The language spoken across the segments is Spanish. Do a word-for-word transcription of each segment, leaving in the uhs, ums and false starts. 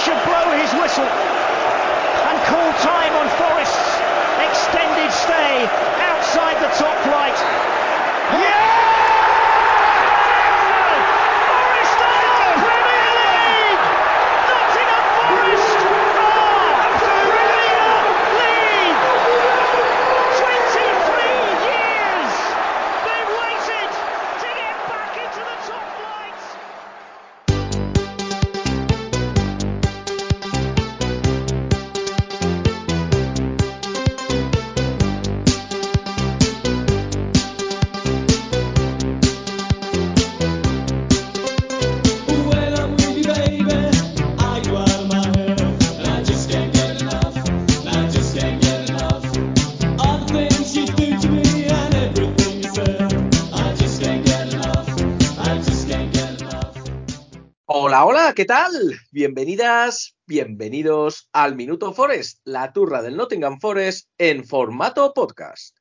should blow his whistle and call time on Forest's extended stay outside the top flight. Yeah! Forest are in the Premier League! Nottingham Forest are the Premier League! twenty-three years they've waited to get back into the top flight. Hola, hola, ¿qué tal? Bienvenidas, bienvenidos al Minuto Forest, la turra del Nottingham Forest en formato podcast.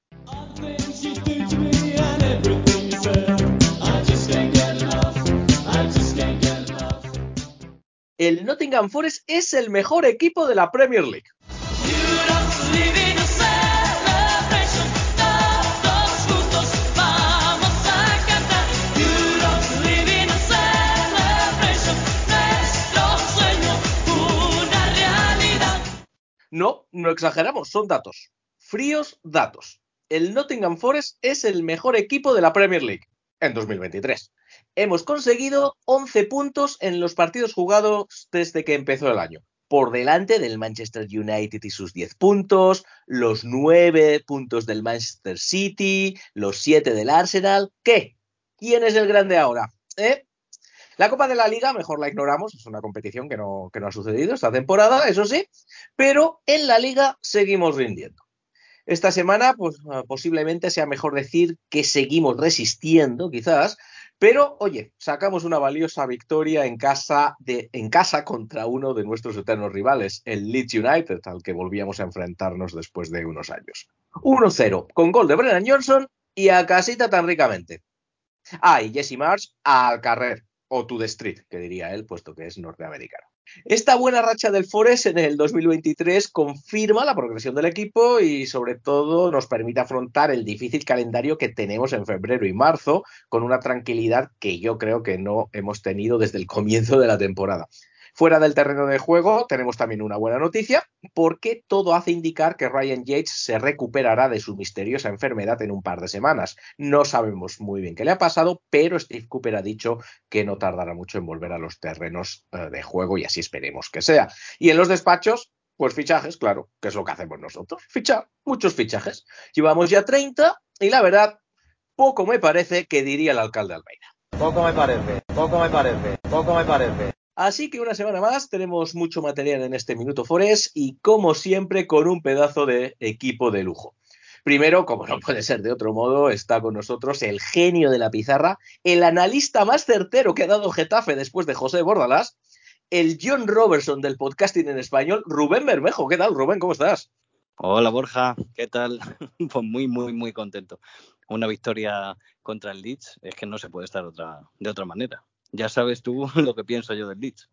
El Nottingham Forest es el mejor equipo de la Premier League. No, no exageramos, son datos. Fríos datos. El Nottingham Forest es el mejor equipo de la Premier League en dos mil veintitrés. Hemos conseguido once puntos en los partidos jugados desde que empezó el año, por delante del Manchester United y sus diez puntos, los nueve puntos del Manchester City, los siete del Arsenal. ¿Qué? ¿Quién es el grande ahora? ¿Eh? La Copa de la Liga, mejor la ignoramos, es una competición que no, que no ha sucedido esta temporada, eso sí, pero en la Liga seguimos rindiendo. Esta semana, pues posiblemente sea mejor decir que seguimos resistiendo, quizás, pero oye, sacamos una valiosa victoria en casa, de, en casa contra uno de nuestros eternos rivales, el Leeds United, al que volvíamos a enfrentarnos después de unos años. uno cero, con gol de Brennan Johnson y a casita tan ricamente. Ah, y Jesse Marsch al carrer. O to the street, que diría él, puesto que es norteamericano. Esta buena racha del Forest en el dos mil veintitrés confirma la progresión del equipo y sobre todo nos permite afrontar el difícil calendario que tenemos en febrero y marzo con una tranquilidad que yo creo que no hemos tenido desde el comienzo de la temporada. Fuera del terreno de juego tenemos también una buena noticia porque todo hace indicar que Ryan Yates se recuperará de su misteriosa enfermedad en un par de semanas. No sabemos muy bien qué le ha pasado, pero Steve Cooper ha dicho que no tardará mucho en volver a los terrenos uh, de juego y así esperemos que sea. Y en los despachos, pues fichajes, claro, que es lo que hacemos nosotros, fichar muchos fichajes. Llevamos ya treinta y la verdad, poco me parece que diría el alcalde Almeida. Poco me parece, poco me parece, poco me parece. Así que una semana más tenemos mucho material en este Minuto Forest y como siempre con un pedazo de equipo de lujo. Primero, como no puede ser de otro modo, está con nosotros el genio de la pizarra, el analista más certero que ha dado Getafe después de José Bordalás, el John Robertson del podcasting en español, Rubén Bermejo. ¿Qué tal, Rubén? ¿Cómo estás? Hola, Borja. ¿Qué tal? Pues muy, muy, muy contento. Una victoria contra el Leeds es que no se puede estar otra, de otra manera. Ya sabes tú lo que pienso yo del Leeds.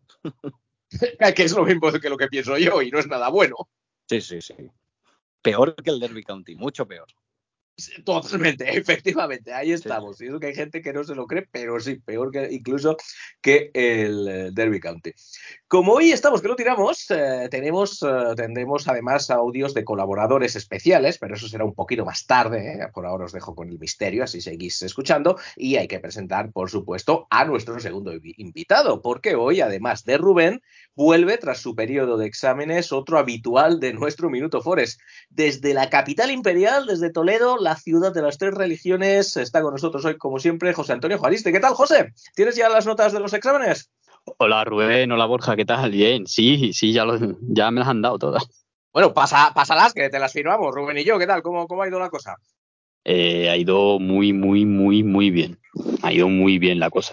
Que es lo mismo que lo que pienso yo y no es nada bueno. Sí, sí, sí. Peor que el Derby County, mucho peor. Totalmente, efectivamente, ahí estamos. Sí. Y eso que hay gente que no se lo cree, pero sí, peor que incluso que el Derby County. Como hoy estamos que lo tiramos, eh, tenemos, eh, tendremos además audios de colaboradores especiales, pero eso será un poquito más tarde, ¿eh? Por ahora os dejo con el misterio, así seguís escuchando, y hay que presentar, por supuesto, a nuestro segundo invitado, porque hoy, además de Rubén, vuelve tras su periodo de exámenes otro habitual de nuestro Minuto Forest. Desde la capital imperial, desde Toledo, la ciudad de las tres religiones, está con nosotros hoy, como siempre, José Antonio Juariste. ¿Qué tal, José? ¿Tienes ya las notas de los exámenes? Hola Rubén, hola Borja, ¿qué tal? Bien, sí, sí, ya, lo, ya me las han dado todas. Bueno, pasa, pásalas, que te las firmamos, Rubén y yo. ¿Qué tal? ¿Cómo, cómo ha ido la cosa? Eh, ha ido muy, muy, muy, muy bien. Ha ido muy bien la cosa.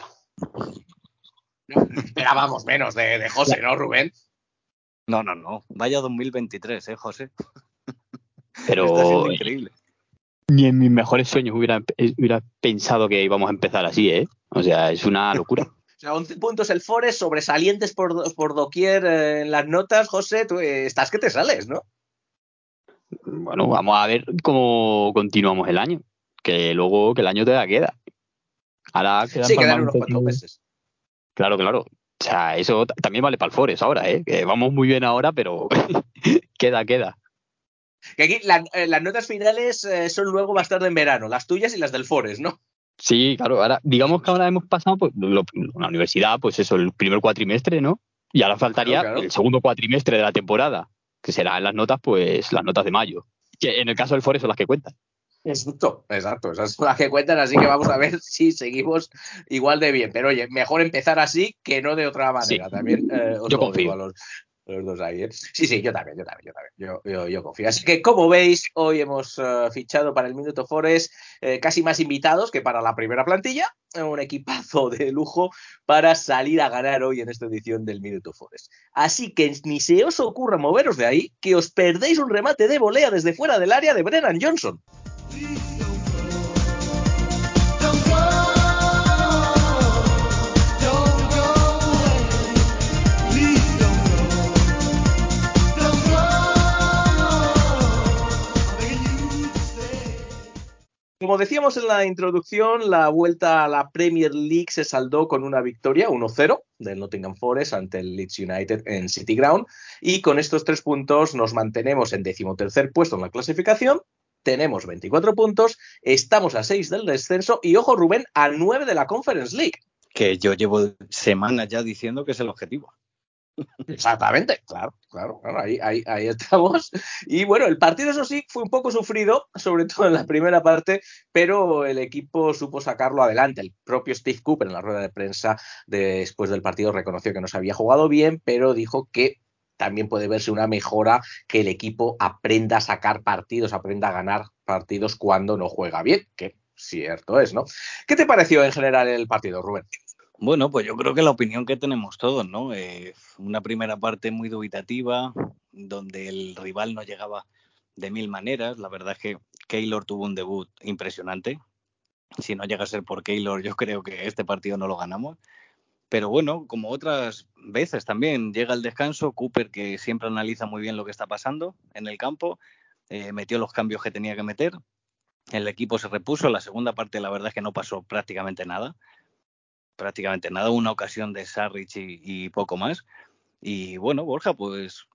No, no esperábamos menos de, de José, ¿no, Rubén? No, no, no. Vaya dos mil veintitrés, ¿eh, José? Pero está siendo increíble. Ni en mis mejores sueños hubiera, hubiera pensado que íbamos a empezar así, ¿eh? O sea, es una locura. O sea, once puntos el Forest, sobresalientes por, por doquier eh, en las notas. José, tú eh, estás que te sales, ¿no? Bueno, vamos a ver cómo continuamos el año. Que luego, que el año todavía queda. Ahora quedan Sí, para el quedan unos baloncesto. cuantos meses. Claro, claro. O sea, eso t- también vale para el Forest ahora, ¿eh? Que vamos muy bien ahora, pero queda, queda. Que aquí la- eh, las notas finales eh, son luego más tarde en verano, las tuyas y las del Forest, ¿no? Sí, claro. Ahora, digamos que ahora hemos pasado, pues, lo- la universidad, pues eso, el primer cuatrimestre, ¿no? Y ahora Claro, faltaría claro. el segundo cuatrimestre de la temporada, que serán las notas, pues, las notas de mayo. Que en el caso del Forest son las que cuentan. Exacto, exacto, esas son las que cuentan, así que vamos a ver si seguimos igual de bien. Pero oye, mejor empezar así que no de otra Sí, manera. También eh, os yo lo digo confío. a los, a los dos ahí. ¿eh? Sí, sí, yo también, yo también, yo también. Yo, yo, yo confío. Así que, como veis, hoy hemos uh, fichado para el Minuto Forest eh, casi más invitados que para la primera plantilla. Un equipazo de lujo para salir a ganar hoy en esta edición del Minuto Forest. Así que ni se os ocurra moveros de ahí, que os perdéis un remate de volea desde fuera del área de Brennan Johnson. Como decíamos en la introducción, la vuelta a la Premier League se saldó con una victoria uno cero del Nottingham Forest ante el Leeds United en City Ground, y con estos tres puntos nos mantenemos en decimotercer puesto en la clasificación. Tenemos veinticuatro puntos, estamos a seis del descenso y, ojo Rubén, a nueve de la Conference League. Que yo llevo semanas ya diciendo que es el objetivo. Exactamente, claro, claro, claro, ahí, ahí, ahí estamos. Y bueno, el partido, eso sí, fue un poco sufrido, sobre todo en la primera parte, pero el equipo supo sacarlo adelante. El propio Steve Cooper en la rueda de prensa después del partido reconoció que no se había jugado bien, pero dijo que también puede verse una mejora, que el equipo aprenda a sacar partidos, aprenda a ganar partidos cuando no juega bien, que cierto es, ¿no? ¿Qué te pareció en general el partido, Rubén? Bueno, pues yo creo que la opinión que tenemos todos, ¿no? Eh, una primera parte muy dubitativa, donde el rival no llegaba de mil maneras. La verdad es que Keylor tuvo un debut impresionante. Si no llega a ser por Keylor, yo creo que este partido no lo ganamos. Pero bueno, como otras veces también, llega el descanso, Cooper, que siempre analiza muy bien lo que está pasando en el campo, eh, metió los cambios que tenía que meter, el equipo se repuso. La segunda parte, la verdad es que no pasó prácticamente nada. prácticamente nada, una ocasión de Sarrich y, y poco más. Y bueno, Borja, pues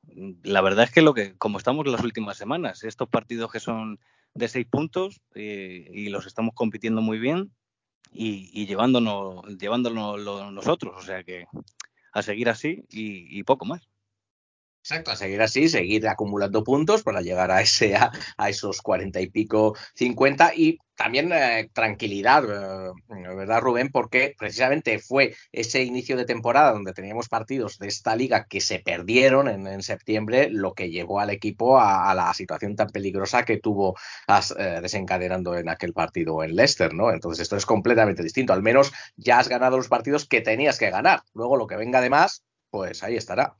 la verdad es que lo que, como estamos las últimas semanas, estos partidos que son de seis puntos eh, y los estamos compitiendo muy bien y, y llevándonos, llevándonos lo, nosotros, o sea que a seguir así y, y poco más. Exacto, a seguir así, seguir acumulando puntos para llegar a ese a, a esos cuarenta y pico, cincuenta, y también eh, tranquilidad, eh, ¿verdad, Rubén? Porque precisamente fue ese inicio de temporada donde teníamos partidos de esta liga que se perdieron en, en septiembre, lo que llevó al equipo a, a la situación tan peligrosa que tuvo as, eh, desencadenando en aquel partido en Leicester, ¿no? Entonces esto es completamente distinto, al menos ya has ganado los partidos que tenías que ganar, luego lo que venga de más, pues ahí estará.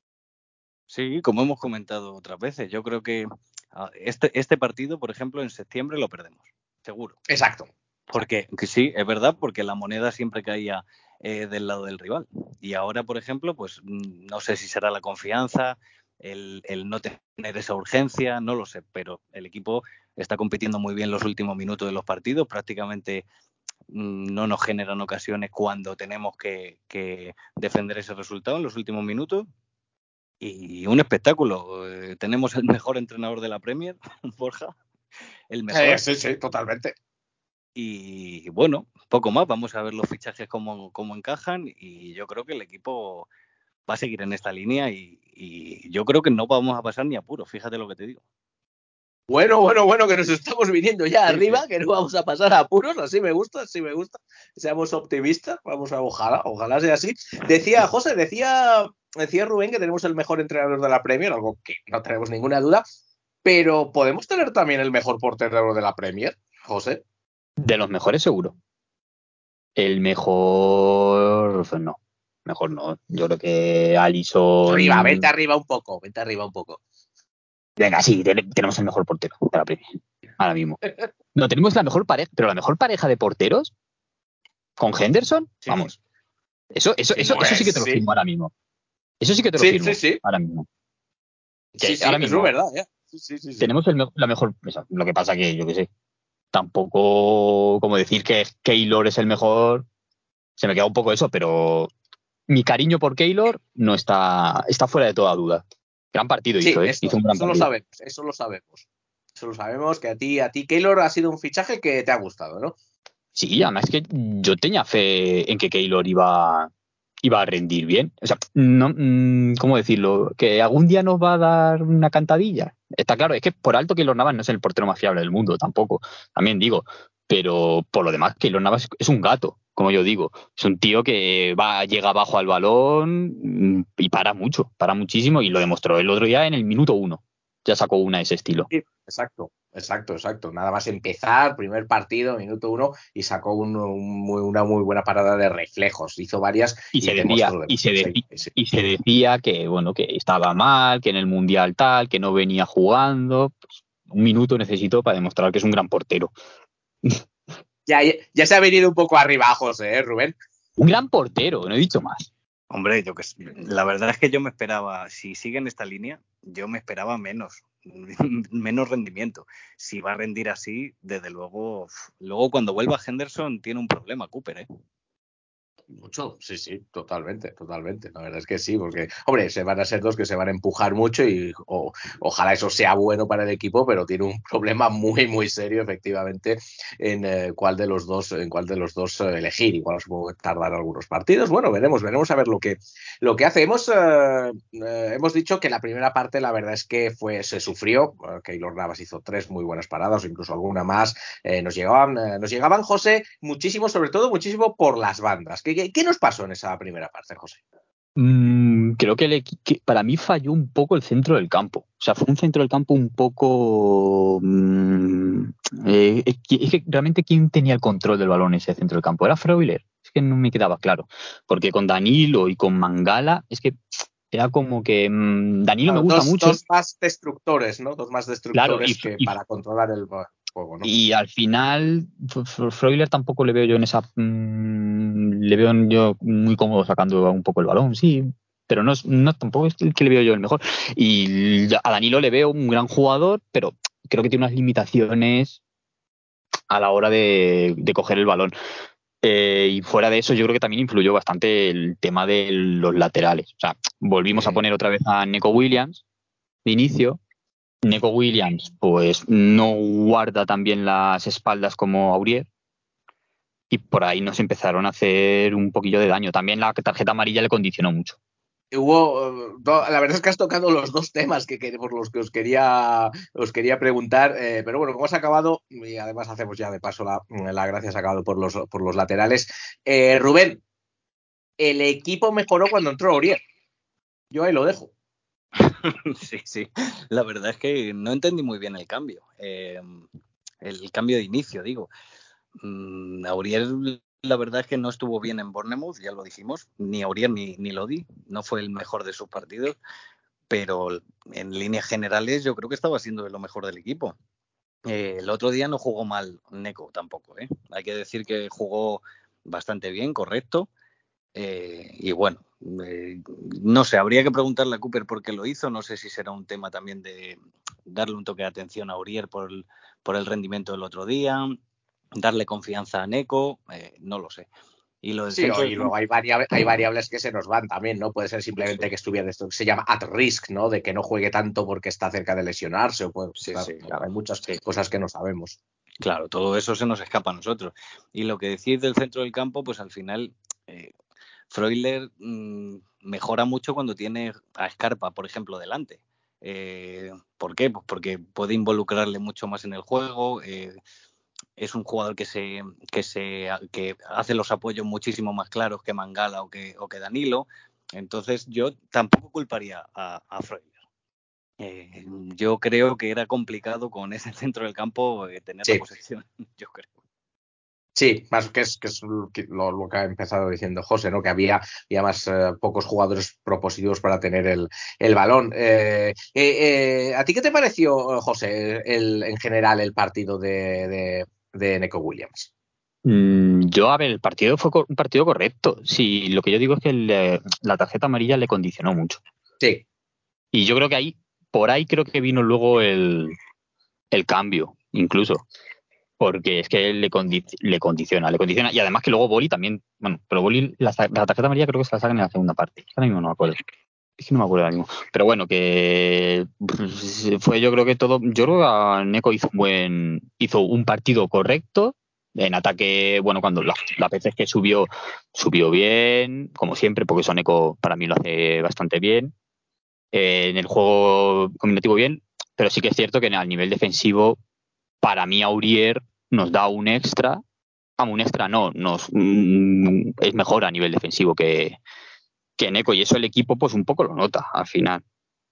Sí, como hemos comentado otras veces, yo creo que este, este partido, por ejemplo, en septiembre lo perdemos, seguro. Exacto. Porque que sí, es verdad, porque la moneda siempre caía eh, del lado del rival. Y ahora, por ejemplo, pues no sé si será la confianza, el, el no tener esa urgencia, no lo sé, pero el equipo está compitiendo muy bien los últimos minutos de los partidos, prácticamente mmm, no nos generan ocasiones cuando tenemos que, que defender ese resultado en los últimos minutos. Y un espectáculo. Eh, tenemos el mejor entrenador de la Premier, Borja, el mejor. Eh, sí, sí, totalmente. Y bueno, poco más. Vamos a ver los fichajes cómo, cómo encajan, y yo creo que el equipo va a seguir en esta línea y, y yo creo que no vamos a pasar ni apuros, fíjate lo que te digo. Bueno, bueno, bueno, que nos estamos viniendo ya Sí, arriba, sí. que no vamos a pasar a apuros, así me gusta, así me gusta. Seamos optimistas, vamos a, ojalá, ojalá sea así. Decía José, decía, decía Rubén que tenemos el mejor entrenador de la Premier, algo que no tenemos ninguna duda, pero ¿podemos tener también el mejor portero de la Premier, José? De los mejores, seguro. El mejor, pues no. Mejor no. Yo creo que Arriba, vente Alisson. arriba un poco, vente arriba un poco. Venga, sí, ten- tenemos el mejor portero de la Premier. Ahora mismo. No, tenemos la mejor pareja, pero la mejor pareja de porteros con Henderson, Sí. vamos. Eso, eso, eso, Pues, eso sí que te lo sí. firmo ahora mismo. Eso sí que te lo Sí, firmo sí, sí. ahora mismo. Que Sí, sí, ahora eso mismo es verdad, ya. Sí, sí, sí, sí. tenemos el me- la mejor. Eso, lo que pasa que, yo qué sé, tampoco como decir que Keylor es el mejor, se me queda un poco eso, pero mi cariño por Keylor no está, está fuera de toda duda. Gran partido Sí, hizo, ¿eh? Hizo eso, un gran eso lo partido. sabemos, eso lo sabemos. Eso lo sabemos, que a ti, a ti Keylor ha sido un fichaje que te ha gustado, ¿no? Sí, además que yo tenía fe en que Keylor iba, iba a rendir bien. O sea, no, mm, ¿cómo decirlo? Que algún día nos va a dar una cantadilla. Está claro, es que por alto Keylor Navas no es el portero más fiable del mundo, tampoco. También digo. Pero por lo demás, Keylor Navas es un gato, como yo digo. Es un tío que va, llega abajo al balón mm, y para mucho, para muchísimo, y lo demostró el otro día en el minuto uno. Ya sacó una de ese estilo. Sí, exacto, exacto, exacto. Nada más empezar, primer partido, minuto uno, y sacó un- un muy- una muy buena parada de reflejos. Hizo varias Y se y decía, demostró. y se Sí, decía, sí. y se decía que bueno, que estaba mal, que en el mundial tal, que no venía jugando. Pues, un minuto necesito para demostrar que es un gran portero. Ya, ya se ha venido un poco arriba, José, ¿eh, Rubén? Un gran portero, no he dicho más. Hombre, yo que sé, la verdad es que yo me esperaba, si siguen esta línea, yo me esperaba menos, menos rendimiento. Si va a rendir así, desde luego, uf, luego cuando vuelva Henderson tiene un problema, Cooper, ¿eh? Mucho, sí, sí, totalmente, totalmente. La verdad es que sí, porque, hombre, se van a ser dos que se van a empujar mucho y o- ojalá eso sea bueno para el equipo, pero tiene un problema muy, muy serio, efectivamente, en eh, cuál de los dos, en cuál de los dos eh, elegir. Igual supongo que tardar algunos partidos. Bueno, veremos, veremos a ver lo que, lo que hace. Hemos, eh, eh, hemos dicho que la primera parte, la verdad es que fue, se sufrió. Eh, Keylor Navas hizo tres muy buenas paradas, o incluso alguna más. Eh, nos llegaban, eh, nos llegaban, José, muchísimo, sobre todo muchísimo por las bandas. ¿Qué, qué, qué nos pasó en esa primera parte, José? Mm, creo que, el equi- que para mí falló un poco el centro del campo. O sea, fue un centro del campo un poco. mm, eh, es que es que realmente, ¿quién tenía el control del balón en ese centro del campo? ¿Era Freuler? Es que no me quedaba claro. Porque con Danilo y con Mangala, es que era como que. mm, Danilo me Claro, gusta dos, mucho, dos más destructores, ¿no? Dos más claro, y, destructores que y para controlar el juego, ¿no? Y al final, F- F- Freuler tampoco le veo yo en esa. mm, le veo yo muy cómodo sacando un poco el balón, sí, pero no, es, no tampoco es el que le veo yo el mejor. Y a Danilo le veo un gran jugador, pero creo que tiene unas limitaciones a la hora de, de coger el balón. Eh, y fuera de eso, yo creo que también influyó bastante el tema de los laterales. O sea, volvimos a Mm. poner otra vez a Neco Williams de inicio. Neco Williams, pues no guarda tan bien las espaldas como Aurier, y por ahí nos empezaron a hacer un poquillo de daño. También la tarjeta amarilla le condicionó mucho. Hubo, do- la verdad es que has tocado los dos temas que, que- por los que os quería, os quería preguntar, eh, pero bueno, como has acabado, y además hacemos ya de paso la, la gracia, has acabado por los, por los laterales. Eh, Rubén, el equipo mejoró cuando entró Aurier. Yo ahí lo dejo. Sí, sí. La verdad es que no entendí muy bien el cambio. Eh, el cambio de inicio, digo. Mm, Aurier, la verdad es que no estuvo bien en Bournemouth, ya lo dijimos. Ni Aurier ni, ni Lodi. No fue el mejor de sus partidos. Pero en líneas generales yo creo que estaba siendo lo mejor del equipo. Eh, el otro día no jugó mal Neco tampoco, ¿eh? Hay que decir que jugó bastante bien, correcto. Eh, y bueno, eh, no sé, habría que preguntarle a Cooper por qué lo hizo. No sé si será un tema también de darle un toque de atención a Aurier por el, por el rendimiento del otro día, darle confianza a Neco, eh, no lo sé. Y lo del Sí, centro o- y del luego campo, hay, variables, hay variables que se nos van también, ¿no? Puede ser sí, simplemente que estuviera esto que se llama at risk, ¿no? De que no juegue tanto porque está cerca de lesionarse, o puede, sí, claro, sí, claro, hay muchas sí. cosas que no sabemos. Claro, todo eso se nos escapa a nosotros. Y lo que decís del centro del campo, pues al final, eh, Freuler mmm, mejora mucho cuando tiene a Scarpa, por ejemplo, delante. Eh, ¿Por qué? Pues porque puede involucrarle mucho más en el juego. Eh, es un jugador que se, que se que hace los apoyos muchísimo más claros que Mangala o que, o que Danilo. Entonces, yo tampoco culparía a, a Freuler. Eh, yo creo que era complicado con ese centro del campo eh, tener la Sí, posesión, yo creo. sí, más que es, que es lo, lo que ha empezado diciendo José, ¿no? Que había, había más eh, pocos jugadores propositivos para tener el, el balón. Eh, eh, eh, ¿A ti qué te pareció, José, el, en general el partido de, de, de Neco Williams? Mm, Yo, a ver, el partido fue co- un partido correcto. Sí, lo que yo digo es que el, la tarjeta amarilla le condicionó mucho. Sí. Y yo creo que ahí, por ahí creo que vino luego el, el cambio, incluso. Porque es que le, condi le condiciona, le condiciona. Y además que luego Boli también, bueno, pero Boli, la, la tarjeta amarilla creo que se la sacan en la segunda parte. Ahora mismo no me acuerdo. Es que no me acuerdo ahora mismo. Pero bueno, que pues, fue yo creo que todo. Yo creo que Neko hizo un buen. Hizo un partido correcto. En ataque, bueno, cuando la- las veces que subió, subió bien, como siempre, porque eso Neko para mí lo hace bastante bien. Eh, en el juego combinativo bien, pero sí que es cierto que al nivel defensivo, para mí Aurier nos da un extra. Vamos, un extra no, nos mm, es mejor a nivel defensivo que, que Neko, y eso el equipo pues un poco lo nota al final.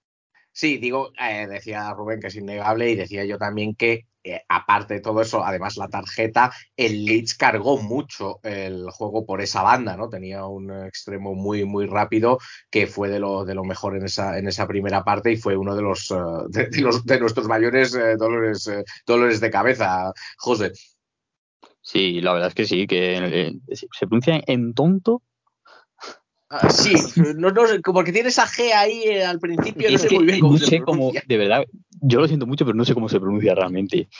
Sí, digo, eh, decía Rubén que es innegable y decía yo también que, eh, aparte de todo eso, además la tarjeta, el Leeds cargó mucho el juego por esa banda, ¿no? Tenía un extremo muy, muy rápido que fue de lo, de lo mejor en esa, en esa primera parte y fue uno de los, uh, de, de, los de nuestros mayores eh, dolores, eh, dolores de cabeza, José. Sí, la verdad es que sí, que eh, se pronuncia en tonto. Uh, sí, no, no, como que tiene esa G ahí eh, al principio, no Es sé que muy bien cómo no se sé cómo, pronuncia. de verdad, yo lo siento mucho, pero no sé cómo se pronuncia realmente.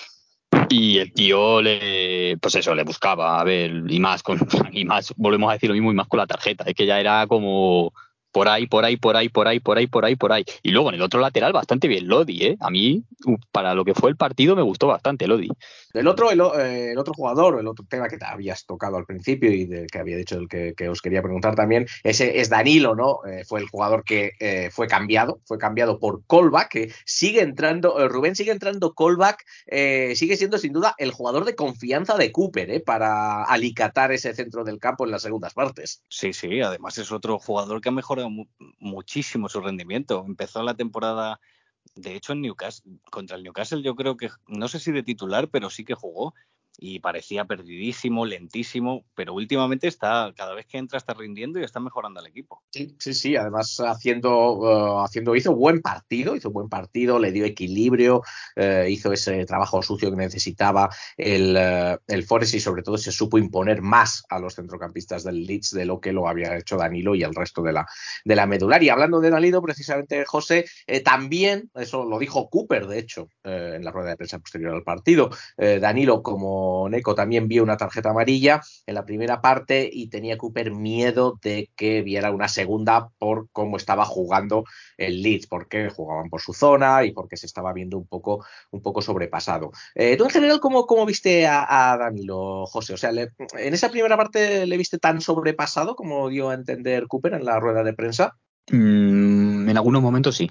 Y el tío le, pues eso, le buscaba, a ver, y más con, y más, volvemos a decir lo mismo, y más con la tarjeta. Es que ya era como por ahí, por ahí, por ahí, por ahí, por ahí, por ahí, por ahí. Y luego en el otro lateral, bastante bien Lodi, ¿eh? A mí, para lo que fue el partido, me gustó bastante Lodi. El otro, el, eh, el otro jugador, el otro tema que te habías tocado al principio y del que había dicho el que, que os quería preguntar también, ese es Danilo, ¿no? Eh, fue el jugador que eh, fue cambiado, fue cambiado por Colback, que sigue entrando, eh, Rubén sigue entrando Colback, eh, sigue siendo sin duda el jugador de confianza de Cooper, ¿eh? Para alicatar ese centro del campo en las segundas partes. Sí, sí, además es otro jugador que ha mejorado mu muchísimo su rendimiento. Empezó la temporada, de hecho, en Newcastle, contra el Newcastle yo creo que, no sé si de titular, pero sí que jugó y parecía perdidísimo, lentísimo, pero últimamente está, cada vez que entra está rindiendo y está mejorando al equipo. Sí, sí, sí, además haciendo, uh, haciendo, hizo buen partido, hizo buen partido, le dio equilibrio, uh, hizo ese trabajo sucio que necesitaba el, uh, el Forest y sobre todo se supo imponer más a los centrocampistas del Leeds de lo que lo había hecho Danilo y el resto de la, de la medular. Y hablando de Danilo, precisamente, José, eh, también, eso lo dijo Cooper, de hecho, eh, en la rueda de prensa posterior al partido, eh, Danilo como Neko también vio una tarjeta amarilla en la primera parte y tenía Cooper miedo de que viera una segunda por cómo estaba jugando el Leeds, porque jugaban por su zona y porque se estaba viendo un poco, un poco sobrepasado. Eh, ¿Tú en general cómo, cómo viste a, a Danilo, José? O sea, le, ¿en esa primera parte le viste tan sobrepasado como dio a entender Cooper en la rueda de prensa? Mm, en algunos momentos sí.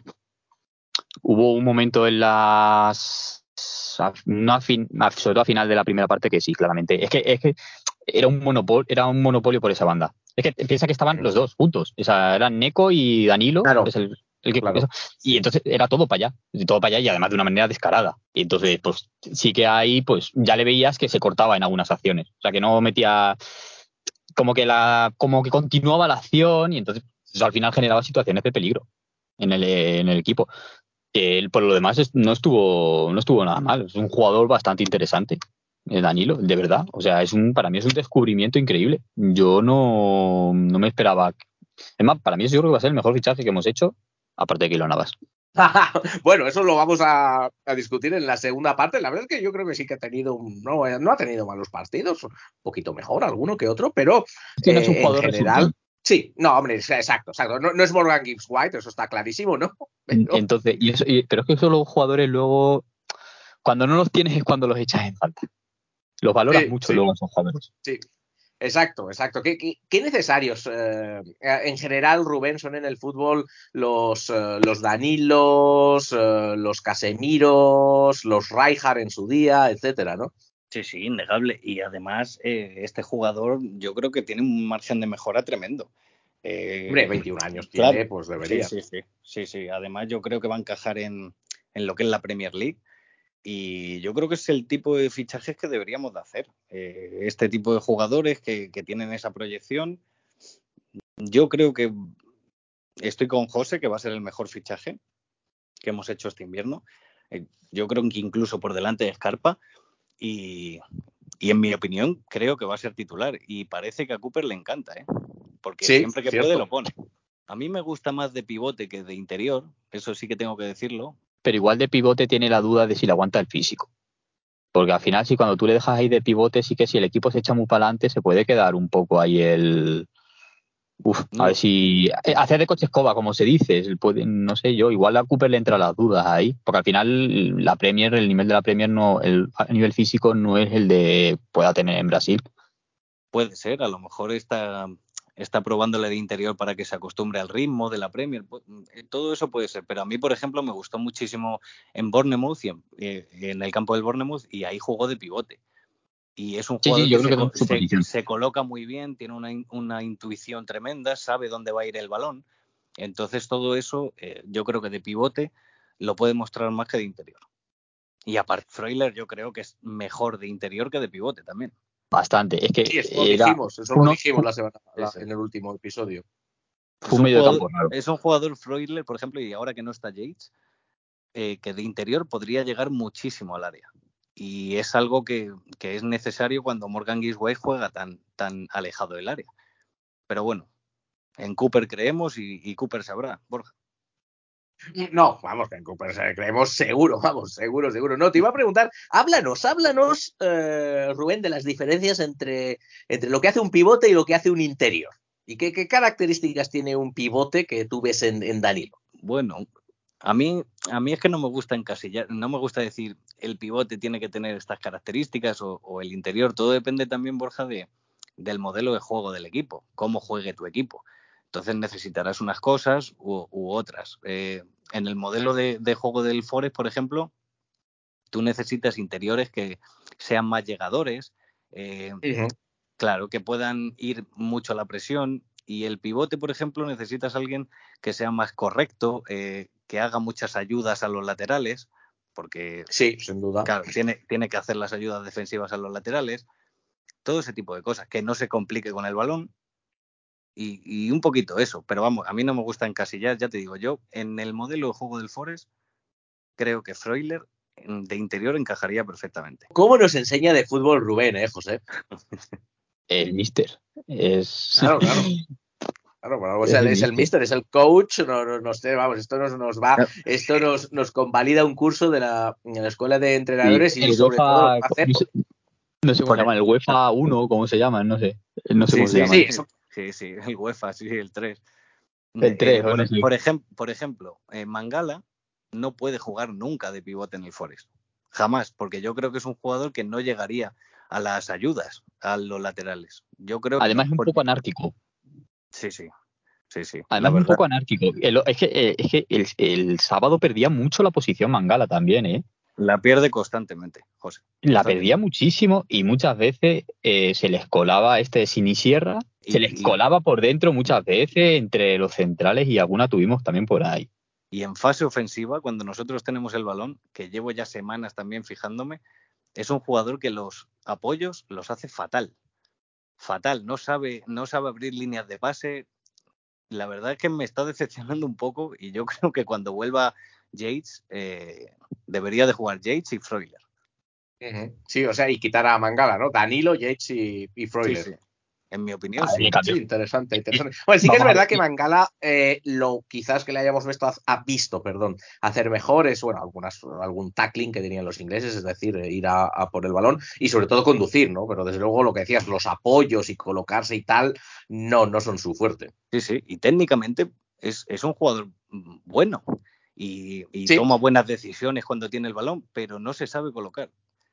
Hubo un momento en las... No a fin, sobre todo a final de la primera parte que sí, claramente. Es que, es que era un monopolio, era un monopolio por esa banda. Es que piensa que estaban los dos juntos. O sea, eran Neko y Danilo, Claro, es el, el que claro. y entonces era todo para allá, todo para allá y además de una manera descarada. Y entonces, pues sí que ahí, pues ya le veías que se cortaba en algunas acciones. O sea, que no metía como que la, como que continuaba la acción y entonces eso al final generaba situaciones de peligro en el, en el equipo. Que él, por lo demás, es- no estuvo, no estuvo nada mal. Es un jugador bastante interesante, eh, Danilo, de verdad. O sea, es un, para mí es un descubrimiento increíble. Yo no, no me esperaba. Es más, para mí yo creo que va a ser el mejor fichaje que hemos hecho, aparte de Keylor Navas. Bueno, eso lo vamos a, a, discutir en la segunda parte. La verdad es que yo creo que sí que ha tenido, un, no, no ha tenido malos partidos, un poquito mejor alguno que otro, pero Es que no es un eh, en jugador general, resurgente. sí, no, hombre, exacto, exacto. No, no es Morgan Gibbs White, eso está clarísimo, ¿no? Pero, Entonces, y eso, y- pero es que esos los jugadores luego, cuando no los tienes es cuando los echas en falta. Los valoras sí, mucho sí, luego esos jugadores. sí. Exacto, exacto. ¿Qué, qué, qué necesarios eh, en general, Rubén, son en el fútbol los, eh, los Danilos, eh, los Casemiros, los Rijkaard en su día, etcétera, ¿no? Sí, sí, innegable. Y además, eh, este jugador yo creo que tiene un margen de mejora tremendo. Hombre, Eh, veintiún años claro, tiene, pues sí, debería. sí, sí, sí, sí. Además, yo creo que va a encajar en, en lo que es la Premier League. Y yo creo que es el tipo de fichajes que deberíamos de hacer. Eh, este tipo de jugadores que, que tienen esa proyección. Yo creo que estoy con José, que va a ser el mejor fichaje que hemos hecho este invierno. Eh, yo creo que incluso por delante de Scarpa. Y, y en mi opinión creo que va a ser titular y parece que a Cooper le encanta, ¿eh? Porque Sí, siempre que cierto. puede lo pone. A mí me gusta más de pivote que de interior, eso sí que tengo que decirlo. Pero igual de pivote tiene la duda de si le aguanta el físico. Porque al final, si cuando tú le dejas ahí de pivote, sí que si el equipo se echa muy para adelante, se puede quedar un poco ahí el... Uf, a No, ver si... eh, Hacer de coche escoba, como se dice. el puede- No sé yo, igual a Cooper le entran las dudas ahí. Porque al final la Premier, el nivel de la Premier, no, el a nivel físico no es el de pueda tener en Brasil. puede ser, a lo mejor está, está probándole de interior para que se acostumbre al ritmo de la Premier. pu- eh, Todo eso puede ser, pero a mí, por ejemplo, me gustó muchísimo en Bournemouth, y en, eh, en el campo del Bournemouth, y ahí jugó de pivote. Y es un Sí, sí, jugador yo que creo se, que co- es su se, posición. se coloca muy bien, tiene una, in- una intuición tremenda, sabe dónde va a ir el balón. Entonces, todo eso, eh, yo creo que de pivote lo puede mostrar más que de interior. Y aparte, Freuler yo creo que es mejor de interior que de pivote también. Bastante. Es que Sí, eso lo era... dijimos, eso Fue, lo uno- dijimos la semana, Sí, la- sí. en el último episodio. fue Es un un medio de jugador, campo raro. es un jugador Freuler, por ejemplo, y ahora que no está Yates, eh, que de interior podría llegar muchísimo al área. Y es algo que, que es necesario cuando Morgan Gisway juega tan, tan alejado del área. Pero bueno, en Cooper creemos y, y Cooper sabrá, Borja. No, vamos, que en Cooper se creemos seguro, vamos, seguro, seguro. No, te iba a preguntar, háblanos, háblanos, eh, Rubén, de las diferencias entre, entre lo que hace un pivote y lo que hace un interior. ¿Y qué, qué características tiene un pivote que tú ves en, en Danilo? Bueno, a mí, a mí es que no me gusta encasillar, no me gusta decir el pivote tiene que tener estas características o, o el interior. Todo depende también, Borja, de, del modelo de juego del equipo, cómo juegue tu equipo. Entonces necesitarás unas cosas u, u otras. Eh, en el modelo de, de juego del Forest, por ejemplo, tú necesitas interiores que sean más llegadores, eh, Uh-huh. claro, que puedan ir mucho a la presión. Y el pivote, por ejemplo, necesitas a alguien que sea más correcto, eh, que haga muchas ayudas a los laterales, porque, Sí, sin duda. claro, tiene, tiene que hacer las ayudas defensivas a los laterales, todo ese tipo de cosas, que no se complique con el balón y, y un poquito eso. Pero vamos, a mí no me gusta encasillar, ya te digo, yo en el modelo de juego del Forest creo que Freuler de interior encajaría perfectamente. ¿Cómo nos enseña de fútbol Rubén, eh, José? El mister. Es... Claro, claro. Claro, bueno, o sea, es el es el mister. mister, es el coach, no, no, no sé, vamos, esto nos, nos va, esto nos, nos convalida un curso de la, de la escuela de Sí, entrenadores y el sobre todo lo UEFA, va a hacer. no sé, no sé cómo se llama, el UEFA uno, ¿cómo se llama? No sé, no sé Sí, cómo se sí, llaman. Sí, sí, eso. sí, sí, el UEFA, sí, el tres. El Eh, tres, por, bueno, sí. por, ejem- por ejemplo, eh, Mangala no puede jugar nunca de pivote en el Forest. Jamás, porque yo creo que es un jugador que no llegaría a las ayudas, a los laterales. Yo creo que Además es un por- poco anárquico. sí, sí, sí, sí, la Además es un verdad. poco anárquico. El- es que, eh, es que el, el sábado perdía mucho la posición Mangala también, ¿eh? La pierde constantemente, José. La Constantemente. perdía muchísimo y muchas veces eh, se les colaba este Sinisierra, se les Y, y, colaba por dentro muchas veces entre los centrales y alguna tuvimos también por ahí. y en fase ofensiva, cuando nosotros tenemos el balón, que llevo ya semanas también fijándome, es un jugador que los apoyos los hace fatal. Fatal, no sabe, no sabe abrir líneas de pase. La verdad es que me está decepcionando un poco y yo creo que cuando vuelva Yates eh, debería de jugar Yates y Freuler. Uh-huh. Sí, o sea, y quitar a Mangala, ¿no? Danilo, Yates y, y Sí, Freuler. sí. En mi opinión, A ver, le sí. cambió. Sí, interesante, Y- interesante. Bueno, sí que es Vamos a ver. verdad que Mangala, eh, lo quizás que le hayamos visto, ha visto, perdón, hacer mejores, bueno, algunas, algún tackling que tenían los ingleses, es decir, eh, ir a, a por el balón y sobre todo conducir, ¿no? Pero desde luego lo que decías, los apoyos y colocarse y tal, no, no son su fuerte. Sí, sí. Y técnicamente es, es un jugador bueno y, y Sí, toma buenas decisiones cuando tiene el balón, pero no se sabe colocar.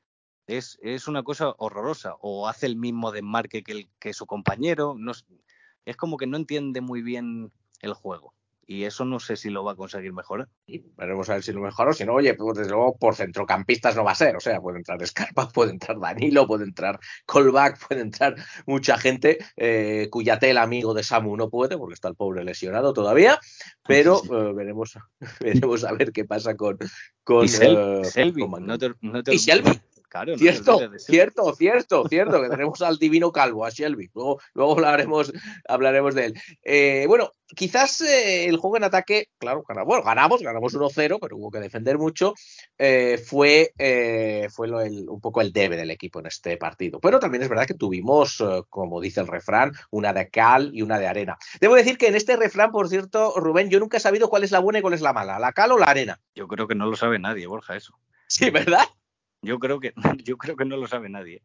Es, es una cosa horrorosa. O hace el mismo desmarque que, el, que su compañero. No, es como que no entiende muy bien el juego. Y eso no sé si lo va a conseguir mejorar. y veremos a ver si lo mejoró. Si no, oye, pues desde luego por centrocampistas no va a ser. O sea, puede entrar Scarpa, puede entrar Danilo, puede entrar Colback, puede entrar mucha gente, eh, Cuyaté, amigo de Samu, no puede porque está el pobre lesionado todavía. Pero Sí, sí. eh, veremos, veremos a ver qué pasa con, con, Y Sel, eh, con Selby, no Mangala. te, no te, Y Shelby, Claro, no cierto, se olvide de Shelby. cierto, cierto, cierto, que tenemos al divino calvo, a Shelby. Luego, luego hablaremos, hablaremos de él. Eh, bueno, quizás eh, el juego en ataque, claro, ganamos, bueno, ganamos, ganamos uno cero, pero hubo que defender mucho. Eh, fue eh, fue lo, el, un poco el debe del equipo en este partido. Pero también es verdad que tuvimos, eh, como dice el refrán, una de cal y una de arena. Debo decir que en este refrán, por cierto, Rubén, yo nunca he sabido cuál es la buena y cuál es la mala, la cal o la arena. Yo creo que no lo sabe nadie, Borja, eso. Sí, ¿verdad? Yo creo que, yo creo que no lo sabe nadie.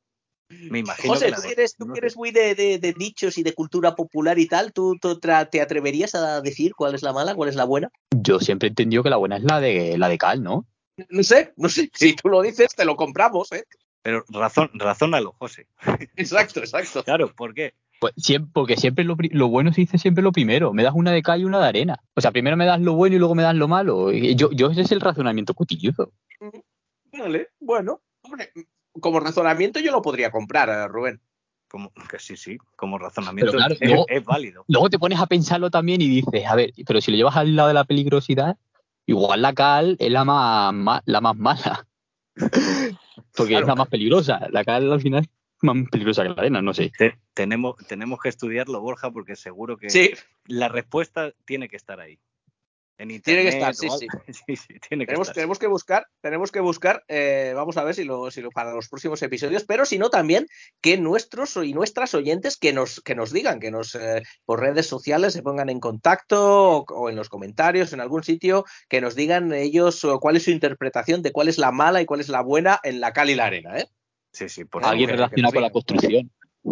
Me imagino José, que la tú de, que eres, tú no que sé. eres muy de, de, de dichos y de cultura popular y tal, ¿tú, tú tra- te atreverías a decir cuál es la mala, cuál es la buena? Yo siempre he entendido que la buena es la de la de cal, ¿no? No sé, no sé. Si tú lo dices, te lo compramos, ¿eh? Pero razón, razónalo, José. Exacto, exacto. Claro, ¿por qué? Pues siempre, porque siempre lo, pri- lo bueno se dice siempre lo primero. Me das una de cal y una de arena. O sea, primero me das lo bueno y luego me das lo malo. Y Yo, yo ese es el razonamiento que utilizo. Vale, bueno. Hombre, como razonamiento yo lo podría comprar, eh, Rubén. Como, que sí, sí, como Pero razonamiento claro, es, luego, es válido. luego te pones a pensarlo también y dices, a ver, pero si lo llevas al lado de la peligrosidad, igual la cal es la más, ma- la más mala. Porque es Claro. la más peligrosa. La cal al final es más peligrosa que la arena, no sé. Te- tenemos, tenemos que estudiarlo, Borja, porque seguro que Sí, la respuesta tiene que estar ahí. En tiene que estar, internet sí, o algo. sí. Sí, sí, tiene que Tenemos, estar. tenemos que buscar, tenemos que buscar, eh, vamos a ver si lo, si lo para los próximos episodios, pero si no también que nuestros y nuestras oyentes que nos, que nos digan, que nos eh, por redes sociales se pongan en contacto o, o en los comentarios en algún sitio, que nos digan ellos o cuál es su interpretación de cuál es la mala y cuál es la buena en la cal y la arena, ¿eh? Sí, sí, por ¿Eh? Alguien favor. Que, que nos relacionado con la digan. construcción.